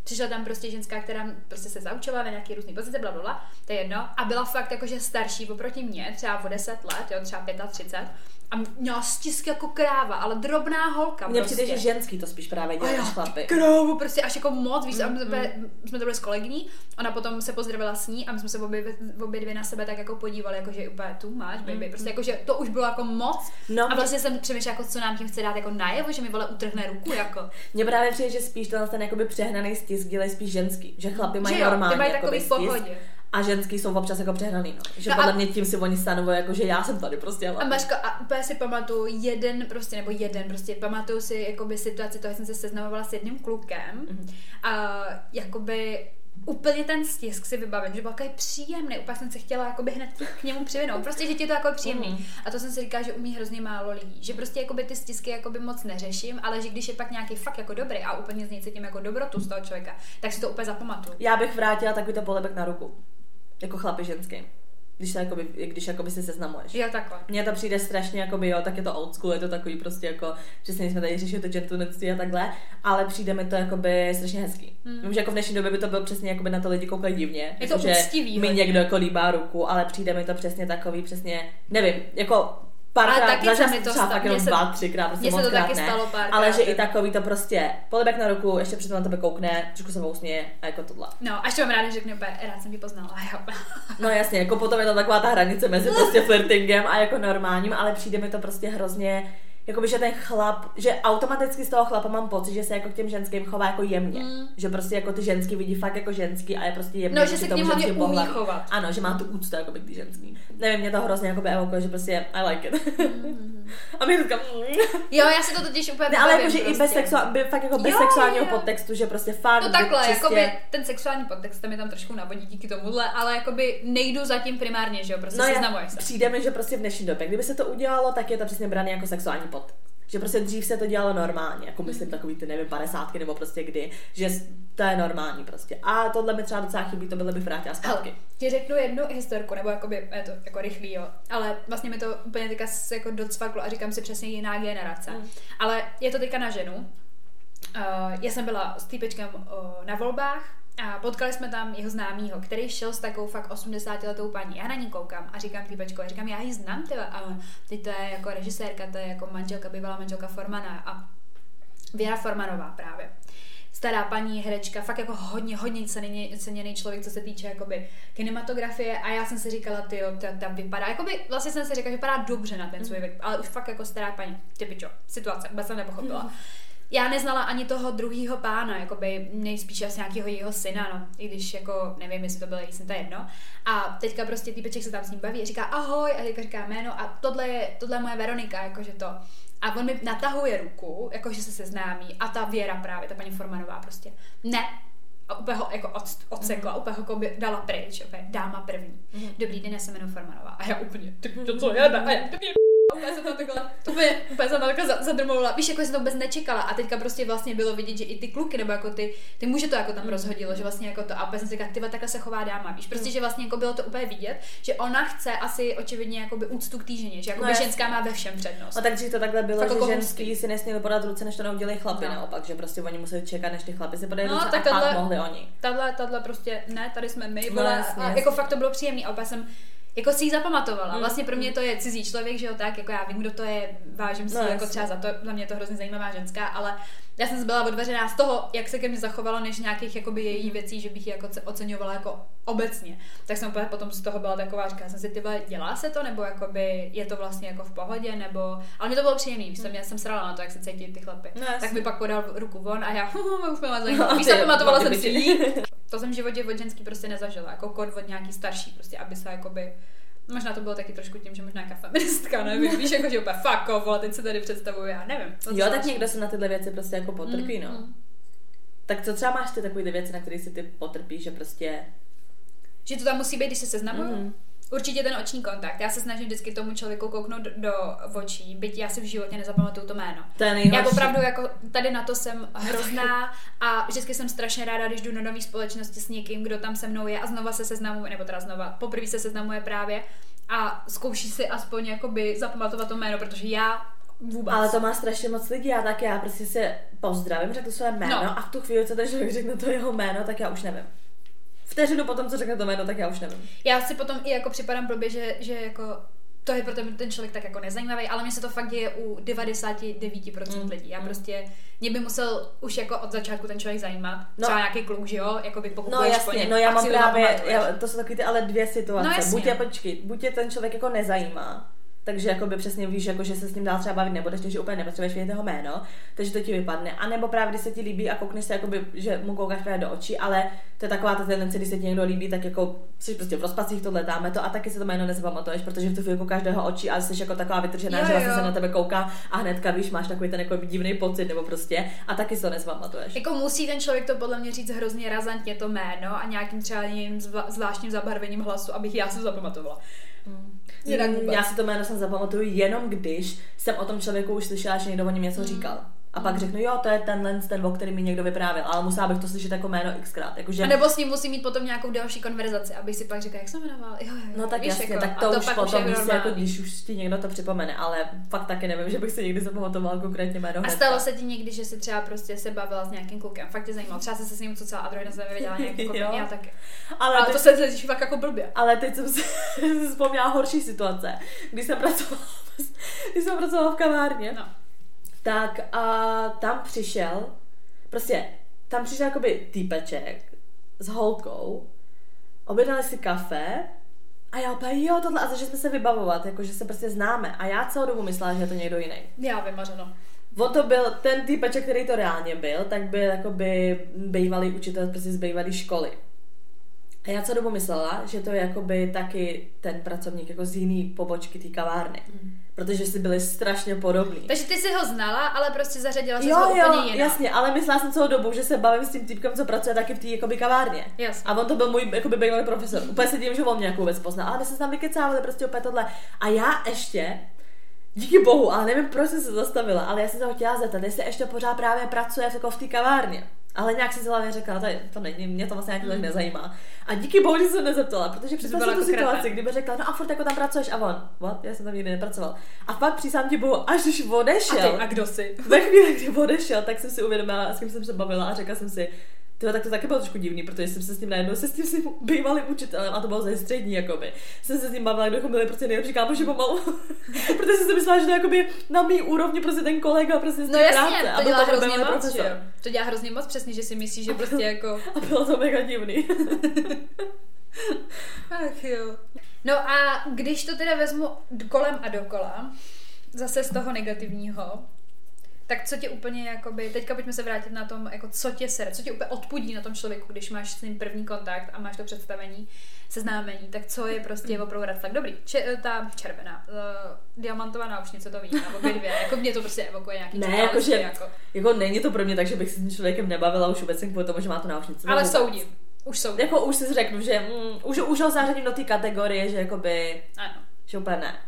Přišla tam prostě ženská, která prostě se zaučovala na nějaký různý pozice, blablabla, to je jedno, a byla fakt jakože starší oproti mě, třeba o 10 let, jo, třeba 35, a měla stisk jako kráva, ale drobná holka. Mně přijde, že ženský to spíš právě dělá než chlapy. Krávu, prostě až jako moc, víš, a jsme to byli s kolegyní, ona potom se pozdravila s ní a my jsme se obě dvě na sebe tak jako podívali, jakože úplně tu máš, baby, prostě jakože to už bylo jako moc. No, a vlastně jsem přemýšlela, jako co nám tím chce dát jako najevo, že mi vole utrhne ruku, jako. Mně právě přijde, že spíš ten jakoby přehnaný stisk dělají spíš ženský, že chlapi mají normálně mají takový v pohodě. A ženský jsou občas jako přehnaný, no. Že podle mě tím si oni stanovují, jako že já jsem tady prostě. A Maško, a úplně si pamatuju pamatuju si jakoby situaci toho, jsem se seznamovala s jedním klukem a jakoby úplně ten stisk si vybavím, že byl takový příjemný, úplně jsem se chtěla jakoby hned k němu přivinout, prostě, že ti to jako příjemný. A to jsem si říkala, že umí hrozně málo lidí, že prostě jakoby ty stisky jakoby moc neřeším, ale že když je pak nějaký fakt jako dobrý a úplně z něj cítím jako dobrotu z toho člověka, tak si to úplně zapamatuju. Já bych vrátila takovýto polibek na ruku, jako chlapi ženský. Když si seznamuješ. Jo, takhle. Mně to přijde strašně, jakoby, jo, tak je to old school, je to takový prostě jako, že se jsme tady řešili to gentlemanství a takhle, ale přijde mi to jakoby strašně hezký. Vím, že jako v dnešní době by to bylo přesně, jakoby na to lidi koukají divně. Je to úctivý. Mi někdo jako líbá ruku, ale přijde mi to přesně takový, přesně, nevím, jako párkrát, zažila jsem třeba fakt jenom 2-3krát, prostě moc krát ne, ale že i takový to prostě polibek na ruku, ještě přitom na tebe koukne, trošku se vousměje a jako tohle. No, až to mám rád, že řekne, rád jsem ji poznala. No jasně, jako potom je to taková ta hranice mezi prostě flirtingem a jako normálním, ale přijde mi to prostě hrozně, jakoby, že ten chlap, že automaticky z toho chlapa mám pocit, že se jako k těm ženským chová jako jemně. Že prostě jako ty ženský vidí fakt jako ženský a je prostě jemně. No, že se k němu hlavně umí chovat. Ano, že má tu úctu jako by ty ženský. Nevím, mě to hrozně jako by evokuje, že prostě I like it. A my říkám. Jo, já si to totiž úplně ne, ale jakože prostě. I bez sexuálního podtextu, že prostě fakt. No takhle, čistě... jakoby ten sexuální podtext mi tam trošku navodí díky tomuhle, ale jakoby nejdu zatím primárně, že jo, prostě seznamuješ se. Přijde mi, že prostě v dnešní době, kdyby se to udělalo, tak je to přesně brané jako sexuální podtext. Že prostě dřív se to dělalo normálně, jako myslím takový ty, nevím, 50 nebo prostě kdy, že to je normální prostě. A tohle mi třeba docela chybí, to bylo bych vrátila zpátky. Ti řeknu jednu historku, nebo jakoby, je to jako rychlý, jo, ale vlastně mi to úplně teďka jako docvaklo a říkám si přesně jiná generace. Ale je to teďka na ženu. Já jsem byla s týpečkem na volbách a potkali jsme tam jeho známýho, který šel s takovou fakt 80letou paní. Já na ní koukám a říkám týpečkovi, říkám, já ji znám, ty to je jako režisérka, to je jako manželka, bývalá manželka Formana a Věra Formanová právě. Stará paní, herečka, fakt jako hodně ceněný člověk, co se týče jakoby kinematografie a já jsem si říkala, ta vypadá, jakoby vlastně jsem si říkala, že vypadá dobře na ten svůj věk, ale už fakt jako stará paní, ty pičo, situace, vůbec jsem nepochopila. Já neznala ani toho druhýho pána, jakoby nejspíš asi nějakého jejího syna, no, i když jako nevím, jestli to bylo její syn, to je jedno. A teďka prostě týpeček se tam s ním baví a říká ahoj a teďka říká jméno a tohle je moje Veronika, jakože to. A on mi natahuje ruku, jakože se seznámí a ta Věra právě, ta paní Formanová prostě, ne. A úplně ho jako odsekla, úplně ho jako dala pryč, úplně dáma první. Dobrý den, já se jmenuji Formanová. A já úplně, to co je, úplně jsem tam takhle, úplně jsem tam takhle zadrmovala. Víš, jako jsem to vůbec nečekala a teďka prostě vlastně bylo vidět, že i ty kluky, nebo jako ty muže to jako tam rozhodilo, že vlastně jako to a úplně jsem si říkala, tyva, takhle se chová dáma, víš, prostě, že vlastně jako bylo to úplně vidět, že ona chce asi očividně jakoby úctu k té ženě, že jakoby ženská má ve všem přednost. A takže to takhle bylo, že ženský si nesměli podat ruce, než to neudělají chlapi, naopak, že prostě oni museli čekat, než ty chlapi si podají ruce a pak mohli oni. Tahle prostě ne, tady jsme my, a jako fakt to bylo příjemný a opět jsem jako si ji zapamatovala. Vlastně pro mě to je cizí člověk, že jo, tak, jako já vím, kdo to je, vážím si jako třeba za to, za mě je to hrozně zajímavá ženská, ale já jsem byla odvařená z toho, jak se ke mně zachovalo, než nějakých jakoby její věcí, že bych ji jako oceňovala jako obecně. Tak jsem potom z toho byla taková, říkala jsem si, ty vole, dělá se to, nebo jakoby je to vlastně jako v pohodě, nebo, ale mi to bylo příjemný, já jsem srala na to, jak se cítí ty chlapy. Tak mi pak podal ruku von a já, už mě zajímalo. Víš, zapamatovala jsem si jí. To jsem v životě od ženský prostě nezažila, jako kod od nějaký starší, prostě, aby se jakoby, možná to bylo taky trošku tím, že možná nějaká feministka, nevím, víš, jako že úplně fuck off, ale teď se tady představuju, já nevím. Jo, tak někdo se na tyhle věci prostě jako potrpí, no. Tak co třeba máš ty takovýhle věci, na které si ty potrpíš, že prostě... Že to tam musí být, když se seznamuju? Určitě ten oční kontakt. Já se snažím vždycky tomu člověku kouknout do očí, byť já si v životě nezapamatuju to jméno. Já opravdu jako tady na to jsem hrozná a vždycky jsem strašně ráda, když jdu do nové společnosti s někým, kdo tam se mnou je a znova se seznamuje, nebo teda znova, poprvé se seznamuje právě a zkouší si aspoň jakoby zapamatovat to jméno, protože já vůbec. Ale to má strašně moc lidí, já prostě se pozdravím, řeknu své jméno a v tu chvíli, co ten člověk řekne to jeho jméno, tak já už nevím. Vteřinu potom, co řekne to jméno, tak já už nevím. Já si potom i jako připadám blbě, že jako to je pro ten člověk tak jako nezajímavý, ale mně se to fakt děje u 99% lidí. Já prostě, mě by musel už jako od začátku ten člověk zajímat. Třeba nějaký kluk, že jo, jako by pokupuješ po něm. No já mám právě, to jsou taky ty ale dvě situace. No, buď tě ten člověk jako nezajímá, takže jakoby přesně víš, jako, že se s ním dál třeba bavit nebudeš, takže úplně nepotřebuješ vědět jeho jméno, takže to ti vypadne. A nebo právě, když se ti líbí a koukneš se, jakoby, že mu koukáš právě do očí, ale to je taková ta tendence, když se ti někdo líbí, tak jako jsi prostě v rozpacích, tohle dáme to a taky se to jméno nezapamatuješ, protože v tu chvíli koukáš do jeho očí, ale jsi jako taková vytržená, že vlastně se na tebe kouká a hnedka víš, máš takový ten jako divný pocit nebo prostě a taky se to nezapamatuješ. Jako musí ten člověk to podle mě říct hrozně razantně to jméno a nějakým třeba jiným zvláštním zabarvením hlasu, abych já si to zapamatovala. Já si to jméno jsem zapamatuju jenom když jsem o tom člověku už slyšela, že někdo o něm něco říkal. A pak řeknu, jo, to je ten, o který mi někdo vyprávěl, ale musela bych to slyšet jako jméno xkrát. Jakože... A nebo s ním musí mít potom nějakou další konverzaci, abych si pak řekla, jak se jmenoval. Jo, no tak víš, jasně, jako, tak to už potom víš, jako když už ti někdo to připomene, ale fakt taky nevím, že bych si někdy zapamatovala konkrétně jméno. A stalo se ti někdy, že si třeba prostě se bavila s nějakým klukem, fakt tě zajímalo, třeba se s ním cucala a druhý den se nevěděla nějaký kluk, já taky. Ale to se cítíš fakt jako blbě. Ale teď jsem si vzpomněla horší situace, když jsem pracovala v kavárně. No. Tak a tam přišel jakoby týpeček s holkou, objednali si kafe a já opět, jo, tohle, a začali jsme se vybavovat, jakože se prostě známe a já celou dobu myslela, že je to někdo jiný. Já vymařeno. On to byl, ten týpeček, který to reálně byl, tak byl jakoby bývalý učitel prostě z bývalé školy. A já celou dobu myslela, že to je jakoby taky ten pracovník jako z jiný pobočky té kavárny. Protože si byli strašně podobní. Takže ty si ho znala, ale prostě zařadila se ho úplně jinak. Jasně, ale myslela jsem celou dobu, že se bavím s tím týpkem, co pracuje taky v té jakoby kavárně. Jasně. A on to byl můj jakoby bývalý profesor. Úplně se tím, že on mě jako vůbec poznal. Ale my jsme se tam vykecávali prostě opět tohle. A já ještě, díky bohu, ale nevím, proč jsem se zastavila, ale já jsem se ho chtěla zeptat, jestli ještě pořád právě pracuje jako v té kavárně. Ale nějak jsem si hlavně řekla, to není, mě to vlastně nějak nezajímá. A díky bohu, že jsem nezeptala, protože představ si tu situaci, kdyby řekla, no a furt jako tam pracuješ a on, what? Já jsem tam nikdy nepracoval. A pak přísám ti bohu, až když odešel. A kdo jsi? Ve chvíli, kdy odešel, tak jsem si uvědomila, s kým jsem se bavila a řekla jsem si, tak to taky bylo trošku divný, protože jsem se s tím najednou se s tím svým bývalým učitelem, a to bylo ze střední, jakoby. Jsem se s ním bavila, kdybychom byli prostě nejlepší kámoši pomalu. Protože jsem si myslela, že to je jakoby na mý úrovni prostě ten kolega prostě z té práce. To dělá hrozně moc, že jo? To dělá hrozně moc přesně, že si myslíš, že prostě jako... A bylo to mega divný. Ach jo. No a když to teda vezmu kolem a dokola, zase z toho negativního, tak co tě úplně jakoby, teďka pojďme se vrátit na tom, jako co tě sere, co tě úplně odpudí na tom člověku, když máš s ním první kontakt a máš to představení, seznámení, tak co je prostě opravdu red flag. Dobrý, ta červená, diamantová náušnice, to vidím, obě dvě, jako mě to prostě evokuje nějaký ne, jako není to pro mě tak, že bych se s tím člověkem nebavila už vůbec kvůli tomu, že má tu náušnici. Ale soudím. Už soudím. Jako už si řeknu, že už ho zařadím do té kategorie, že jakoby, ano. Že úplně ne.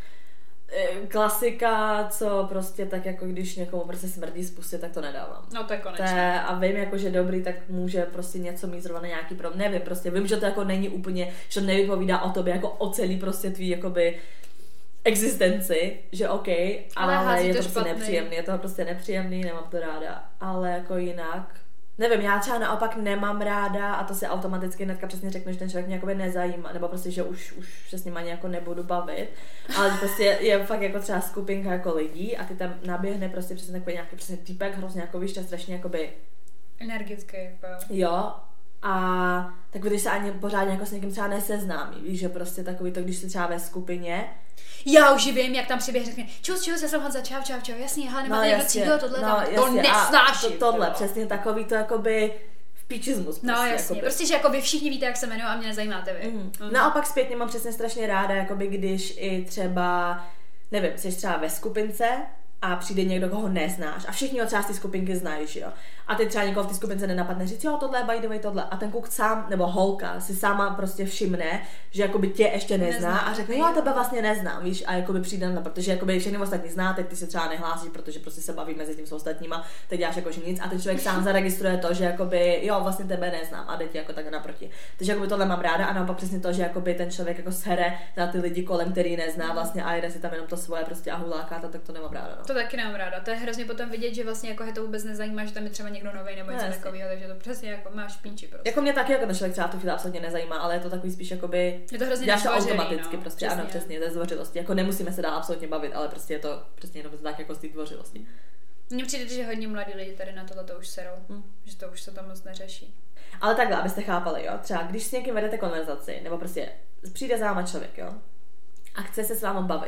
Klasika, co prostě tak jako když někomu prostě smrdí z pusy, tak to nedávám. No to je konečně. A vím jako, že dobrý, tak může prostě něco mít zrovna nějaký problém. Nevím, prostě vím, že to jako není úplně, že to nevypovídá o tobě jako o celý prostě tvý jakoby existenci, že okej, ale je to prostě nepříjemný, je to prostě nepříjemný, nemám to ráda, ale jako jinak nevím, já třeba naopak nemám ráda a to si automaticky hnedka přesně řeknu, že ten člověk mě jakoby nezajímá, nebo prostě, že už se s ním ani jako nebudu bavit, ale prostě je fakt jako třeba skupinka jako lidí a ty tam naběhne prostě přesně takový nějaký přesně týpek, hrozně jako víš, strašně jakoby energický, jako jo. A tak když se ani pořádně jako s někým třeba neseznámí, víš, že prostě takový to, když jsi třeba ve skupině. Já už vím, jak tam přiběhne, řekne, čus, já jsem Honza, čau, jasně, hele, nemáte někdo cíl, tohle tam, to nesnáším. Tohle, přesně takový to jakoby vpíčismus. No prostě, jasně, prostě, že jako vy všichni víte, jak se jmenuji a mě nezajímáte vy. Naopak zpětně mám přesně strašně ráda, jakoby když i třeba, nevím, jsi třeba ve skupince a přijde někdo, koho neznáš a všichni ho třeba z té skupinky znají, že jo. A ty třeba někoho v té skupince nenapadne říct, jo, tohle je by the way, tohle. A ten kluk sám, nebo holka si sama prostě všimne, že jakoby tě ještě nezná a řekne, jo, tebe vlastně neznám, víš, a jakoby přijde na, protože jakoby všechny ostatní zná, teď ty se třeba nehlásíš, protože prostě se baví mezi tím s ostatníma, teď děláš jako že nic a ten člověk sám zaregistruje to, že jakoby, jo, vlastně tebe neznám a jde ti jako tak naproti. Takže jakoby tohle mám ráda a naopak přesně to, že jakoby ten člověk jako sere na ty lidi kolem, který nezná vlastně a jde si tam jenom to svoje prostě a huláká, tak to nemám ráda. No. To taky nemám ráda. To je hrozně potom vidět, že vlastně jako je to vůbec nezajímá, že tam je třeba někdo nový nebo něco takového, takže to přesně jako máš pínči prostě. Jako mě taky jako ten člověk třeba v tu chvíli absolutně nezajímá, ale je to takový spíš jakoby je to hrozně děláš to automaticky, no, prostě přesně. Ano, přesně, ze zdvořilosti. Jako nemusíme se dál absolutně bavit, ale prostě je to přesně jenom znak jako z té zdvořilosti. Mně přijde, že hodně mladí lidi tady na tohle to už serou, že to už se tam moc neřeší. Ale takhle, abyste chápali, jo, třeba když s někým vedete konverzaci, nebo prostě přijde za váma člověk, jo, a chce se s váma bavit.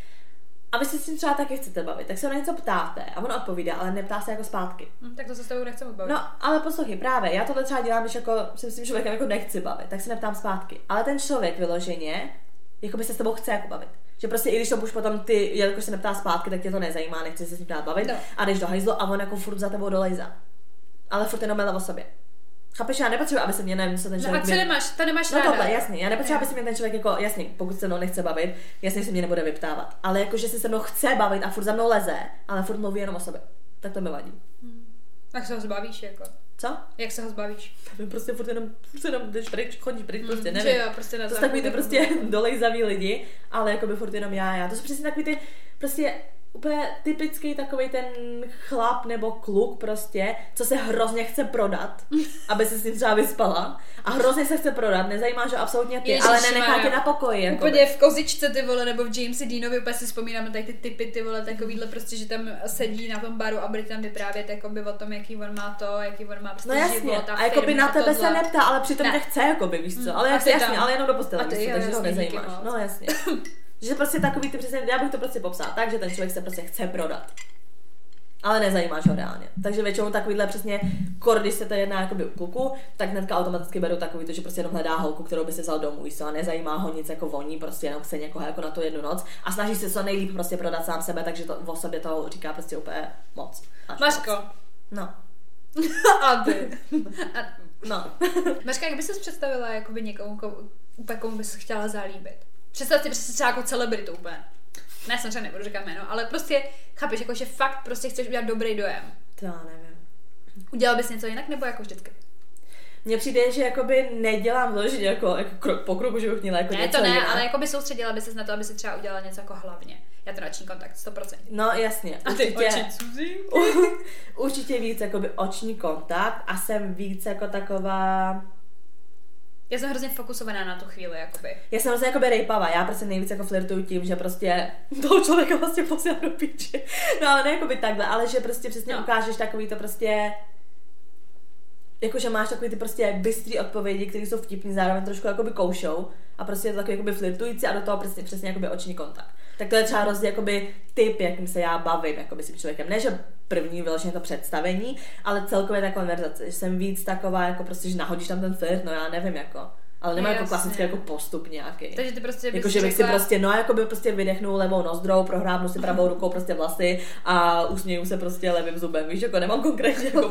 A vy se s tím třeba taky chcete bavit, tak se ho na něco ptáte a on odpovídá, ale neptá se jako zpátky. Tak to se s tebou nechce bavit. No, ale poslouchej, právě, já tohle třeba dělám, když jako se s tím člověkem jako nechci bavit, tak se neptám zpátky. Ale ten člověk vyloženě, jako by se s tebou chce jako bavit. Že prostě i když to už potom ty, jelikož se neptá zpátky, tak tě to nezajímá, nechci se s ním bavit. No. A jdeš do hajzlu a on jako furt za tebou dolejza. Ale furt jenom mele o sobě. Chápeš, já nepotřebuji, aby se mě nevím, co ten člověk... No a co nemáš ráda. No tohle, jasně, já nepotřebuji, aby se mě ten člověk jako, jasně, pokud se mnou nechce bavit, jasně se mě nebude vyptávat. Ale jako, že si se mnou chce bavit a furt za mnou leze, ale furt mluví jenom o sobě. Tak to mi vadí. Jak se ho zbavíš, jako? Co? Jak se ho zbavíš? Nevím, prostě furt jenom jdeš pryč, chodíš pryč, prostě nevím. Že jo, prostě to jsou takový ty prostě dolejzaví lidi, ale jako by furt jenom já. To jsou přesně takový ty, prostě úplně typický takovej ten chlap nebo kluk prostě, co se hrozně chce prodat, aby se s ním třeba vyspala a hrozně se chce prodat, nezajímá, že absolutně ty, ale nenechá tě na pokoji. Jakoby. Úplně v Kozičce, ty vole, nebo v Jamesi Deanovi, úplně si vzpomínám tady ty typy, ty vole, takovýhle prostě, že tam sedí na tom baru a bude tam vyprávět jakoby o tom, jaký on má to, jaký on má prostě no jasně, život a jakoby na tebe se neptá, ale přitom tě chce, jakoby, víš co, ale jasně, ale jenom do postele, takže to nezajímáš. No jasně. Že prostě takový ty přesně, já bych to prostě popsala tak, že ten člověk se prostě chce prodat. Ale nezajímáš ho reálně. Takže většinou takovýhle přesně, když se to jedná jakoby u kluku, tak hnedka automaticky beru takový to, že prostě jenom hledá holku, kterou by si vzal domů, a nezajímá ho nic jako voní, prostě jenom chce někoho jako na tu jednu noc a snaží se co nejlíp prostě prodat sám sebe, takže to o sobě toho říká prostě úplně moc. Maško. No. A ty. No. Maška, jak bys se představila jakoby někomu, úplně komu bys chtěla zalíbit? Představ si třeba jako celebritu úplně. Ne, samozřejmě nebudu říkat jméno, ale prostě chápeš, jako, že fakt prostě chceš udělat dobrý dojem. To já nevím. Udělal bys něco jinak nebo jako vždycky? Mně přijde, že jakoby nedělám vložit jako krok po kroku, že bych měla jako ne, něco to ne, jinak. ale jakoby soustředila by ses na to, aby si třeba udělala něco jako hlavně. Já to oční kontakt, 100%. No jasně. A ty oči cuzinky? Určitě víc jakoby oční kontakt a jsem víc jako taková... Já jsem hrozně fokusovaná na tu chvíli, jakoby. Já jsem hrozně jakoby rejpavá, já prostě nejvíc jako flirtuju tím, že prostě toho člověka vlastně posílám do píči. No ale ne jakoby takhle, ale že prostě přesně ukážeš takový to prostě... Jakože máš takový ty prostě bystrý odpovědi, které jsou vtipný, zároveň trošku jakoby koušou a prostě je to takový jakoby flirtující a do toho přesně jakoby oční kontakt. Tak to je třeba hrozně jakoby typ, jakým se já bavím jakoby s tím člověkem. Ne, že první vyloženě to představení, ale celkově ta konverzace, že jsem víc taková, jako prostě, že nahodíš tam ten flirt, no já nevím, jako. Ale nemá jako klasický jako postup nějaký. Takže ty prostě jako, že bych si prostě, no jako by prostě vydechnu levou nozdrou, prohrábnu si pravou rukou prostě vlasy a usměju se prostě levým zubem, víš, jako nemám konkrétně jako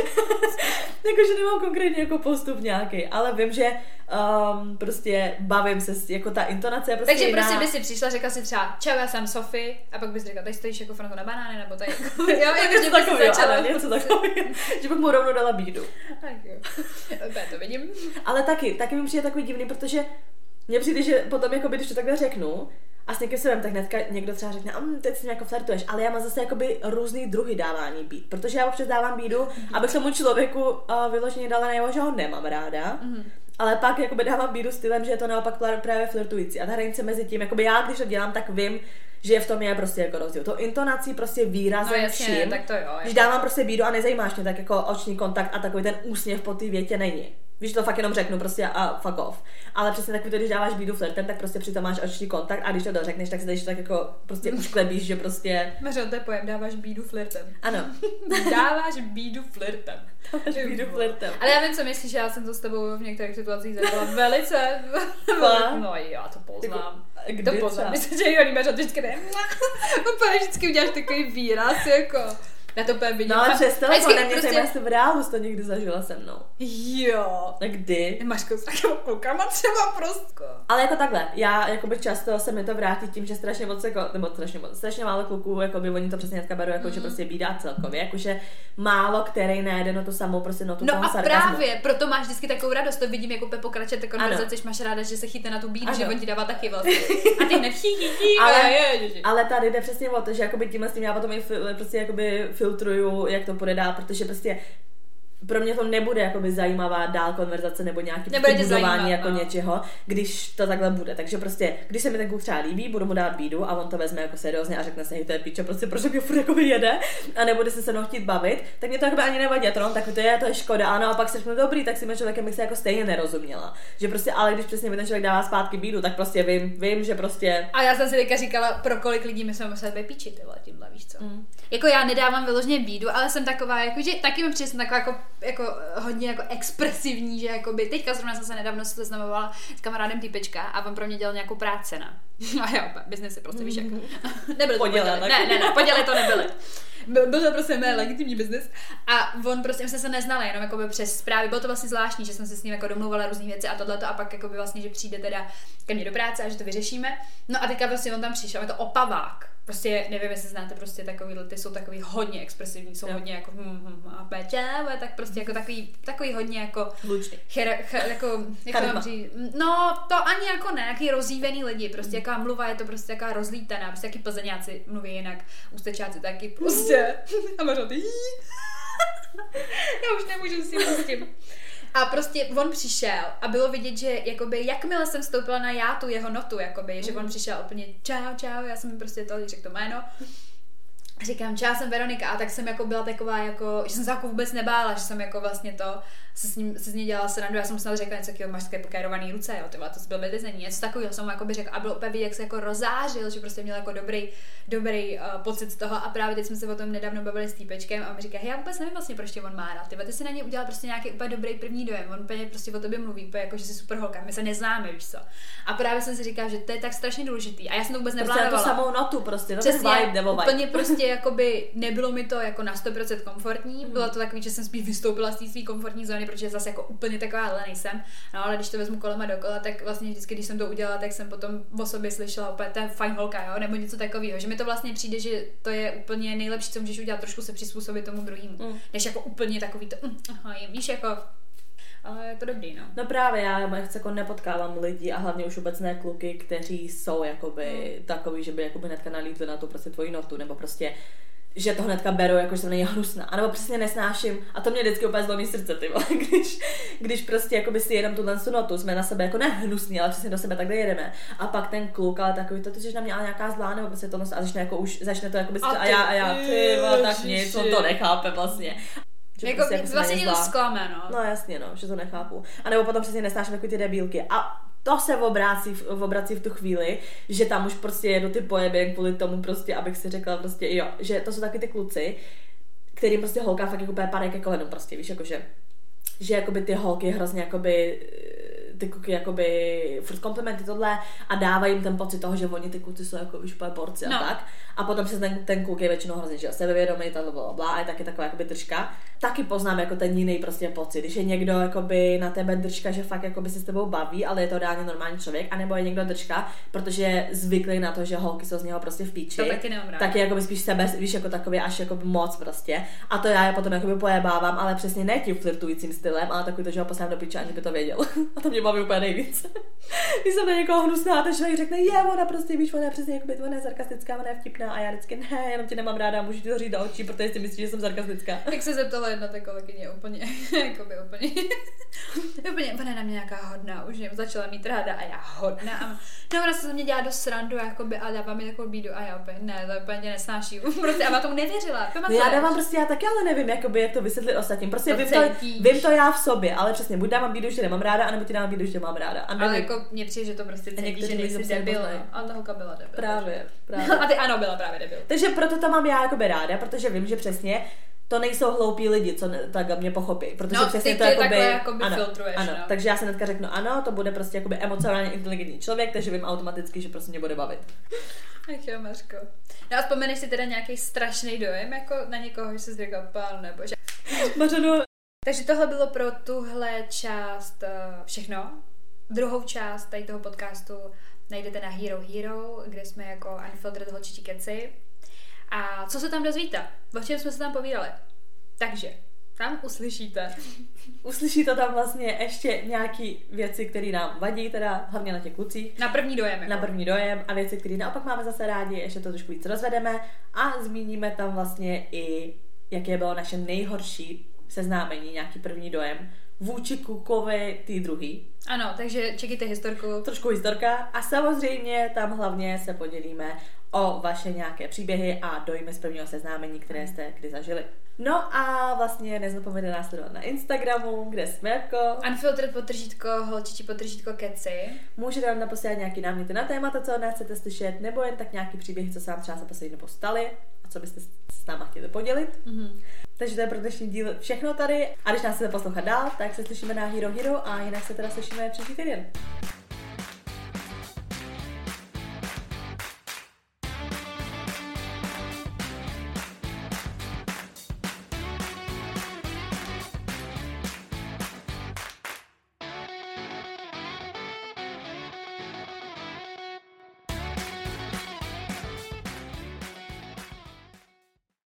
jakože nemám konkrétně jako postup nějaký, ale vím, že prostě bavím se, jako ta intonace je prostě takže jiná. prostě by si přišla, řekla si třeba čau, já jsem Sofie a pak bys řekla, tady stojíš jako Franko na banány, nebo tady jako, jo, něco takového, ale něco takového, že bych mu rovnou dala bídu. Tak jo, to vidím. Ale taky mi přijde takový divný, protože mně přijde, že potom, jakoby, když to takhle řeknu a s někým se vem, tak hnedka někdo třeba řekne, teď si jako flirtuješ, ale já mám zase jakoby různý druhy dávání bíd, protože já občas dávám bídu, abych tomu člověku vyloženě dala najevo, že ho nemám ráda, ale pak jakoby dávám bídu stylem, že je to naopak právě flirtující a ta hranice mezi tím, jakoby já, když to dělám, tak vím, že v tom je prostě jako rozdíl. To intonací prostě výrazem no, vším. Tak to jo, když dávám prostě bídu a nezajímáš mě, tak jako oční kontakt a takový ten úsměv po té větě není. Víš, to fakt jenom řeknu prostě a fuck off. Ale přesně takový to, když dáváš bídu flirtem, tak prostě přitom máš oční kontakt a když to dořekneš, tak se tady tak jako prostě ušklebíš, že prostě... Mařo, to je pojem, dáváš bídu flirtem. Ano. Dáváš bídu flirtem. Dáváš bídu flirtem. Ale já vím, co myslíš, já jsem to s tebou v některých situacích zažila velice. No já to poznám. To pozor, myslím, že jo, máš vždycky ne. Úplně vždycky uděláš takový výraz, jako... Já to úplně vidím. No ale přes telefon, prostě... jestli v reálu jsi to někdy zažila se mnou. Jo. A kdy? Máš takovou klukama třeba prostě. Ale jako takhle, já jakoby často se mi to vrátí tím, že strašně moc, jako, nebo strašně málo kluků, jakoby oni to přesně hnedka berou, jako že prostě bídá celkově, jakože málo který najde no to samou prostě notu toho sarkazmu. No a právě, proto máš vždycky takovou radost, to vidím, jako pokračuje té konverzace, že máš ráda, že se chytne na tu bídu, že on ti dává taky vlastně. A ty hned ale tady jde přesně o to, že jakoby tímhle s tím já potom i prostě jakoby filtruju, jak to půjde dál, protože prostě pro mě to nebude jakoby zajímavá dál konverzace nebo nějaký budování jako něčeho, když to takhle bude. Takže prostě, když se mi ten kluk třeba líbí, budu mu dát bídu a on to vezme jako seriózně a řekne se, hej, to je píčo, prostě proč mě furt jako jede a nebude se mnou chtít bavit, tak mě to jakoby ani nevadí, tak to je škoda. A naopak se řeknu dobrý, tak si mi člověkem bych se jako stejně nerozuměla. Že prostě, ale když přesně mi ten člověk dává zpátky bídu, tak prostě vím, že prostě. A já jsem si teďka říkala, pro kolik lidí my jsme museli vypíčit, tyhle, tímhle, víš co? Jako já nedávám vyloženě bídu, ale jsem taková, jako, že taky mi přijde, jsem taková jako hodně jako expresivní, že jakoby, teďka zrovna jsem se nedávno seznamovala s kamarádem týpečka a on pro mě dělal nějakou práci, ne? A jo, biznesy prostě, víš jak. Nebyly to poděly. Ne, poděly to nebyly. Byl to prostě mé legitimní biznes a on prostě, my jsme se neznali, jenom jakoby přes zprávy, bylo to vlastně zvláštní, že jsme se s ním jako domlouvala různé věci a tohleto a pak jakoby vlastně, že přijde teda ke mně do práce a že to vyřešíme. No a teďka prostě on tam přišel, je to opavák. Prostě nevím, jestli znáte prostě takovýhle, ty jsou takový hodně expresivní, jsou hodně jako tak prostě jako takový hodně jako hlučný. Jako no to ani jako ne, nějaký rozjívený lidi, prostě jaká mluva je to prostě jaká rozlítaná, prostě jaký Plzeňáci mluví jinak, Ústečáci taky prostě. A možná ty já už nemůžu si s tím. A prostě on přišel a bylo vidět, že jakoby, jakmile jsem vstoupila na já tu jeho notu, jakoby, že on přišel úplně čau, já jsem prostě to, řekl to jméno. A říkám, čau, jsem Veronika, a tak jsem jako byla taková, jako, že jsem se jako vůbec nebála, že jsem jako vlastně to, se z ní dělala srandu, já jsem snad řekla něco takového, máš také pokérovaný ruce, jo, tyhle, to byl vědezení, něco takového jsem mu jako by řekla a bylo úplně vidět, jak se jako rozářil, že prostě měl jako dobrý pocit z toho a právě teď jsme se o tom nedávno bavili s týpečkem a on mi říká, hej, já vůbec nevím vlastně, proč tě on má rád, ty si na něj udělal prostě nějaký úplně dobrý první dojem, on úplně prostě o tobě mluví, úplně jako, že jsi super holka, my se neznáme, víš co. A právě jsem si říkala, že to je tak strašně důležitý a já jsem to vůbec neplánovala. Prostě samou notu prostě, to je vibe nebo vibe. Úplně prostě jakoby nebylo mi to jako na 100% komfortní, bylo to takový, že jsem spíš vystoupila z té své komfortní zóny, protože zase jako úplně taková nejsem. No ale když to vezmu kolem a dokola, tak vlastně vždycky, když jsem to udělala, tak jsem potom o sobě slyšela úplně, to je fajn holka, jo, nebo něco takového, že mi to vlastně přijde, že to je úplně nejlepší, co můžeš udělat, trošku se přizpůsobit tomu druhému, než jako úplně takový to, víš, jako. Ale je to dobrý, no. No právě, já jako nepotkávám lidi a hlavně už vůbec ne kluky, kteří jsou jakoby takový, že by jakoby hnedka nalítli na tu prostě tvoji notu, nebo prostě že to hnedka beru, jako že jsem není hnusná. A nebo přesně nesnáším. A to mě vždycky úplně zlomí srdce, ty vole, když prostě jakoby si jedem tuhle notu, jsme na sebe jako ne hnusný, ale přesně do sebe takhle jedeme. A pak ten kluk, ale takový to, že na mě ale nějaká zlá, nebo prostě to a začne jako už, začne to jako by a já, ty vole, tak nic, on to nechápe vlastně. Jako vlastně něco zklame, no. No jasně, no, že to nechápu. A nebo potom přesně nesnáším takový ty debílky. A to se obrací v tu chvíli, že tam už prostě jedu ty pojeby kvůli tomu prostě, abych si řekla prostě jo, že to jsou taky ty kluci, kterým prostě holka fakt jako padají ke kolenům prostě, víš, jakože že jakoby ty holky hrozně jakoby ty kluky jakoby furt komplimenty tohle a dávají jim ten pocit toho, že oni ty kluci jsou jako víš úplně porci a tak. A potom se ten kluk je většinou hrozně, že sebevědomý, blablabla, a je taky taková jakoby držka. Taky poznám jako ten jiný prostě pocit, když je někdo jakoby na tebe držka, že fakt jakoby se s tebou baví, ale je to reálně normální člověk, anebo je někdo držka, protože je zvyklý na to, že holky jsou z něho prostě v píči. To taky nemám rád. Tak je jakoby spíš sebe, víš, jako takový až jakoby moc prostě. A to já je potom jakoby pojebávám, ale přesně ne tím flirtujícím stylem, ale takový to, že ho poslám do píče, ani by to věděl. A to mě baví úplně nejvíc. Když jsem na někoho hnusná, ten člověk řekne, ona prostě, víš, ona je přesně jakoby, ona je sarkastická, ona je vtipná a já vždycky ne, jenom tě nemám ráda, můžu ti to říct do očí, protože si myslíš, že jsem sarkastická. Jak se zeptala jedna ta kolegyně úplně na mě nějaká hodná, už mě začala mít ráda a já hodná. No ona se ze mě dělá do srandu, jakoby, a dává mi takovou bídu a já úplně, ne, to úplně nesnáším. Prostě a tomu nevěřila. No já dávám prostě, já taky ale nevím, jakoby, jak to vysvětlit ostatním. Prostě vím to já v sobě, ale přesně, buď dávám bídu, že nemám ráda, anebo ti dávám bídu, že mám ráda. A ale jako mně přijde, že to prostě cítí, že nejsi debil. A ta holka byla debil. Právě. A ty ano, byla právě debil. Takže proto to mám já jakoby ráda, protože vím, že přesně to nejsou hloupí lidi, co tak mě pochopí, protože přesně ty to jakoby ano, filtruješ, ano. No. Takže já se hnedka řeknu ano, to bude prostě jakoby emocionálně inteligentní člověk, takže vím automaticky, že prostě mě bude bavit. Ach jo, Mařko. No a vzpomeneš si teda nějaký strašný dojem, jako na někoho, že jsi řekla pán nebo že... Mařeno. Takže tohle bylo pro tuhle část všechno. Druhou část tady toho podcastu najdete na Hero Hero, kde jsme jako Unfiltered holčičí keci. A co se tam dozvíte? O čem jsme se tam povídali? Takže, tam uslyšíte. Uslyšíte tam vlastně ještě nějaký věci, které nám vadí, teda hlavně na těch klucích. Na první dojem. Jako. Na první dojem a věci, které naopak máme zase rádi, ještě to trošku víc rozvedeme a zmíníme tam vlastně i, jaké bylo naše nejhorší seznámení, nějaký první dojem vůči klukovi tý druhý. Ano, takže čekejte historku. Trošku historka a samozřejmě tam hlavně se podělíme o vaše nějaké příběhy a dojmy z prvního seznámení, které jste kdy zažili. No a vlastně nezapomeňte nás sledovat na Instagramu, kde jsme jako Unfiltered holčičí keci. Můžete nám naposílat nějaký náměty na témata, co nechcete slyšet, nebo jen tak nějaký příběhy, co se vám třeba za poslední dobou staly a co byste s náma chtěli podělit. Mm-hmm. Takže to je pro dnešní díl všechno tady. A když nás chcete poslouchat dál, tak se slyšíme na Hero Hero a jinak se teda slyšíme příští týden.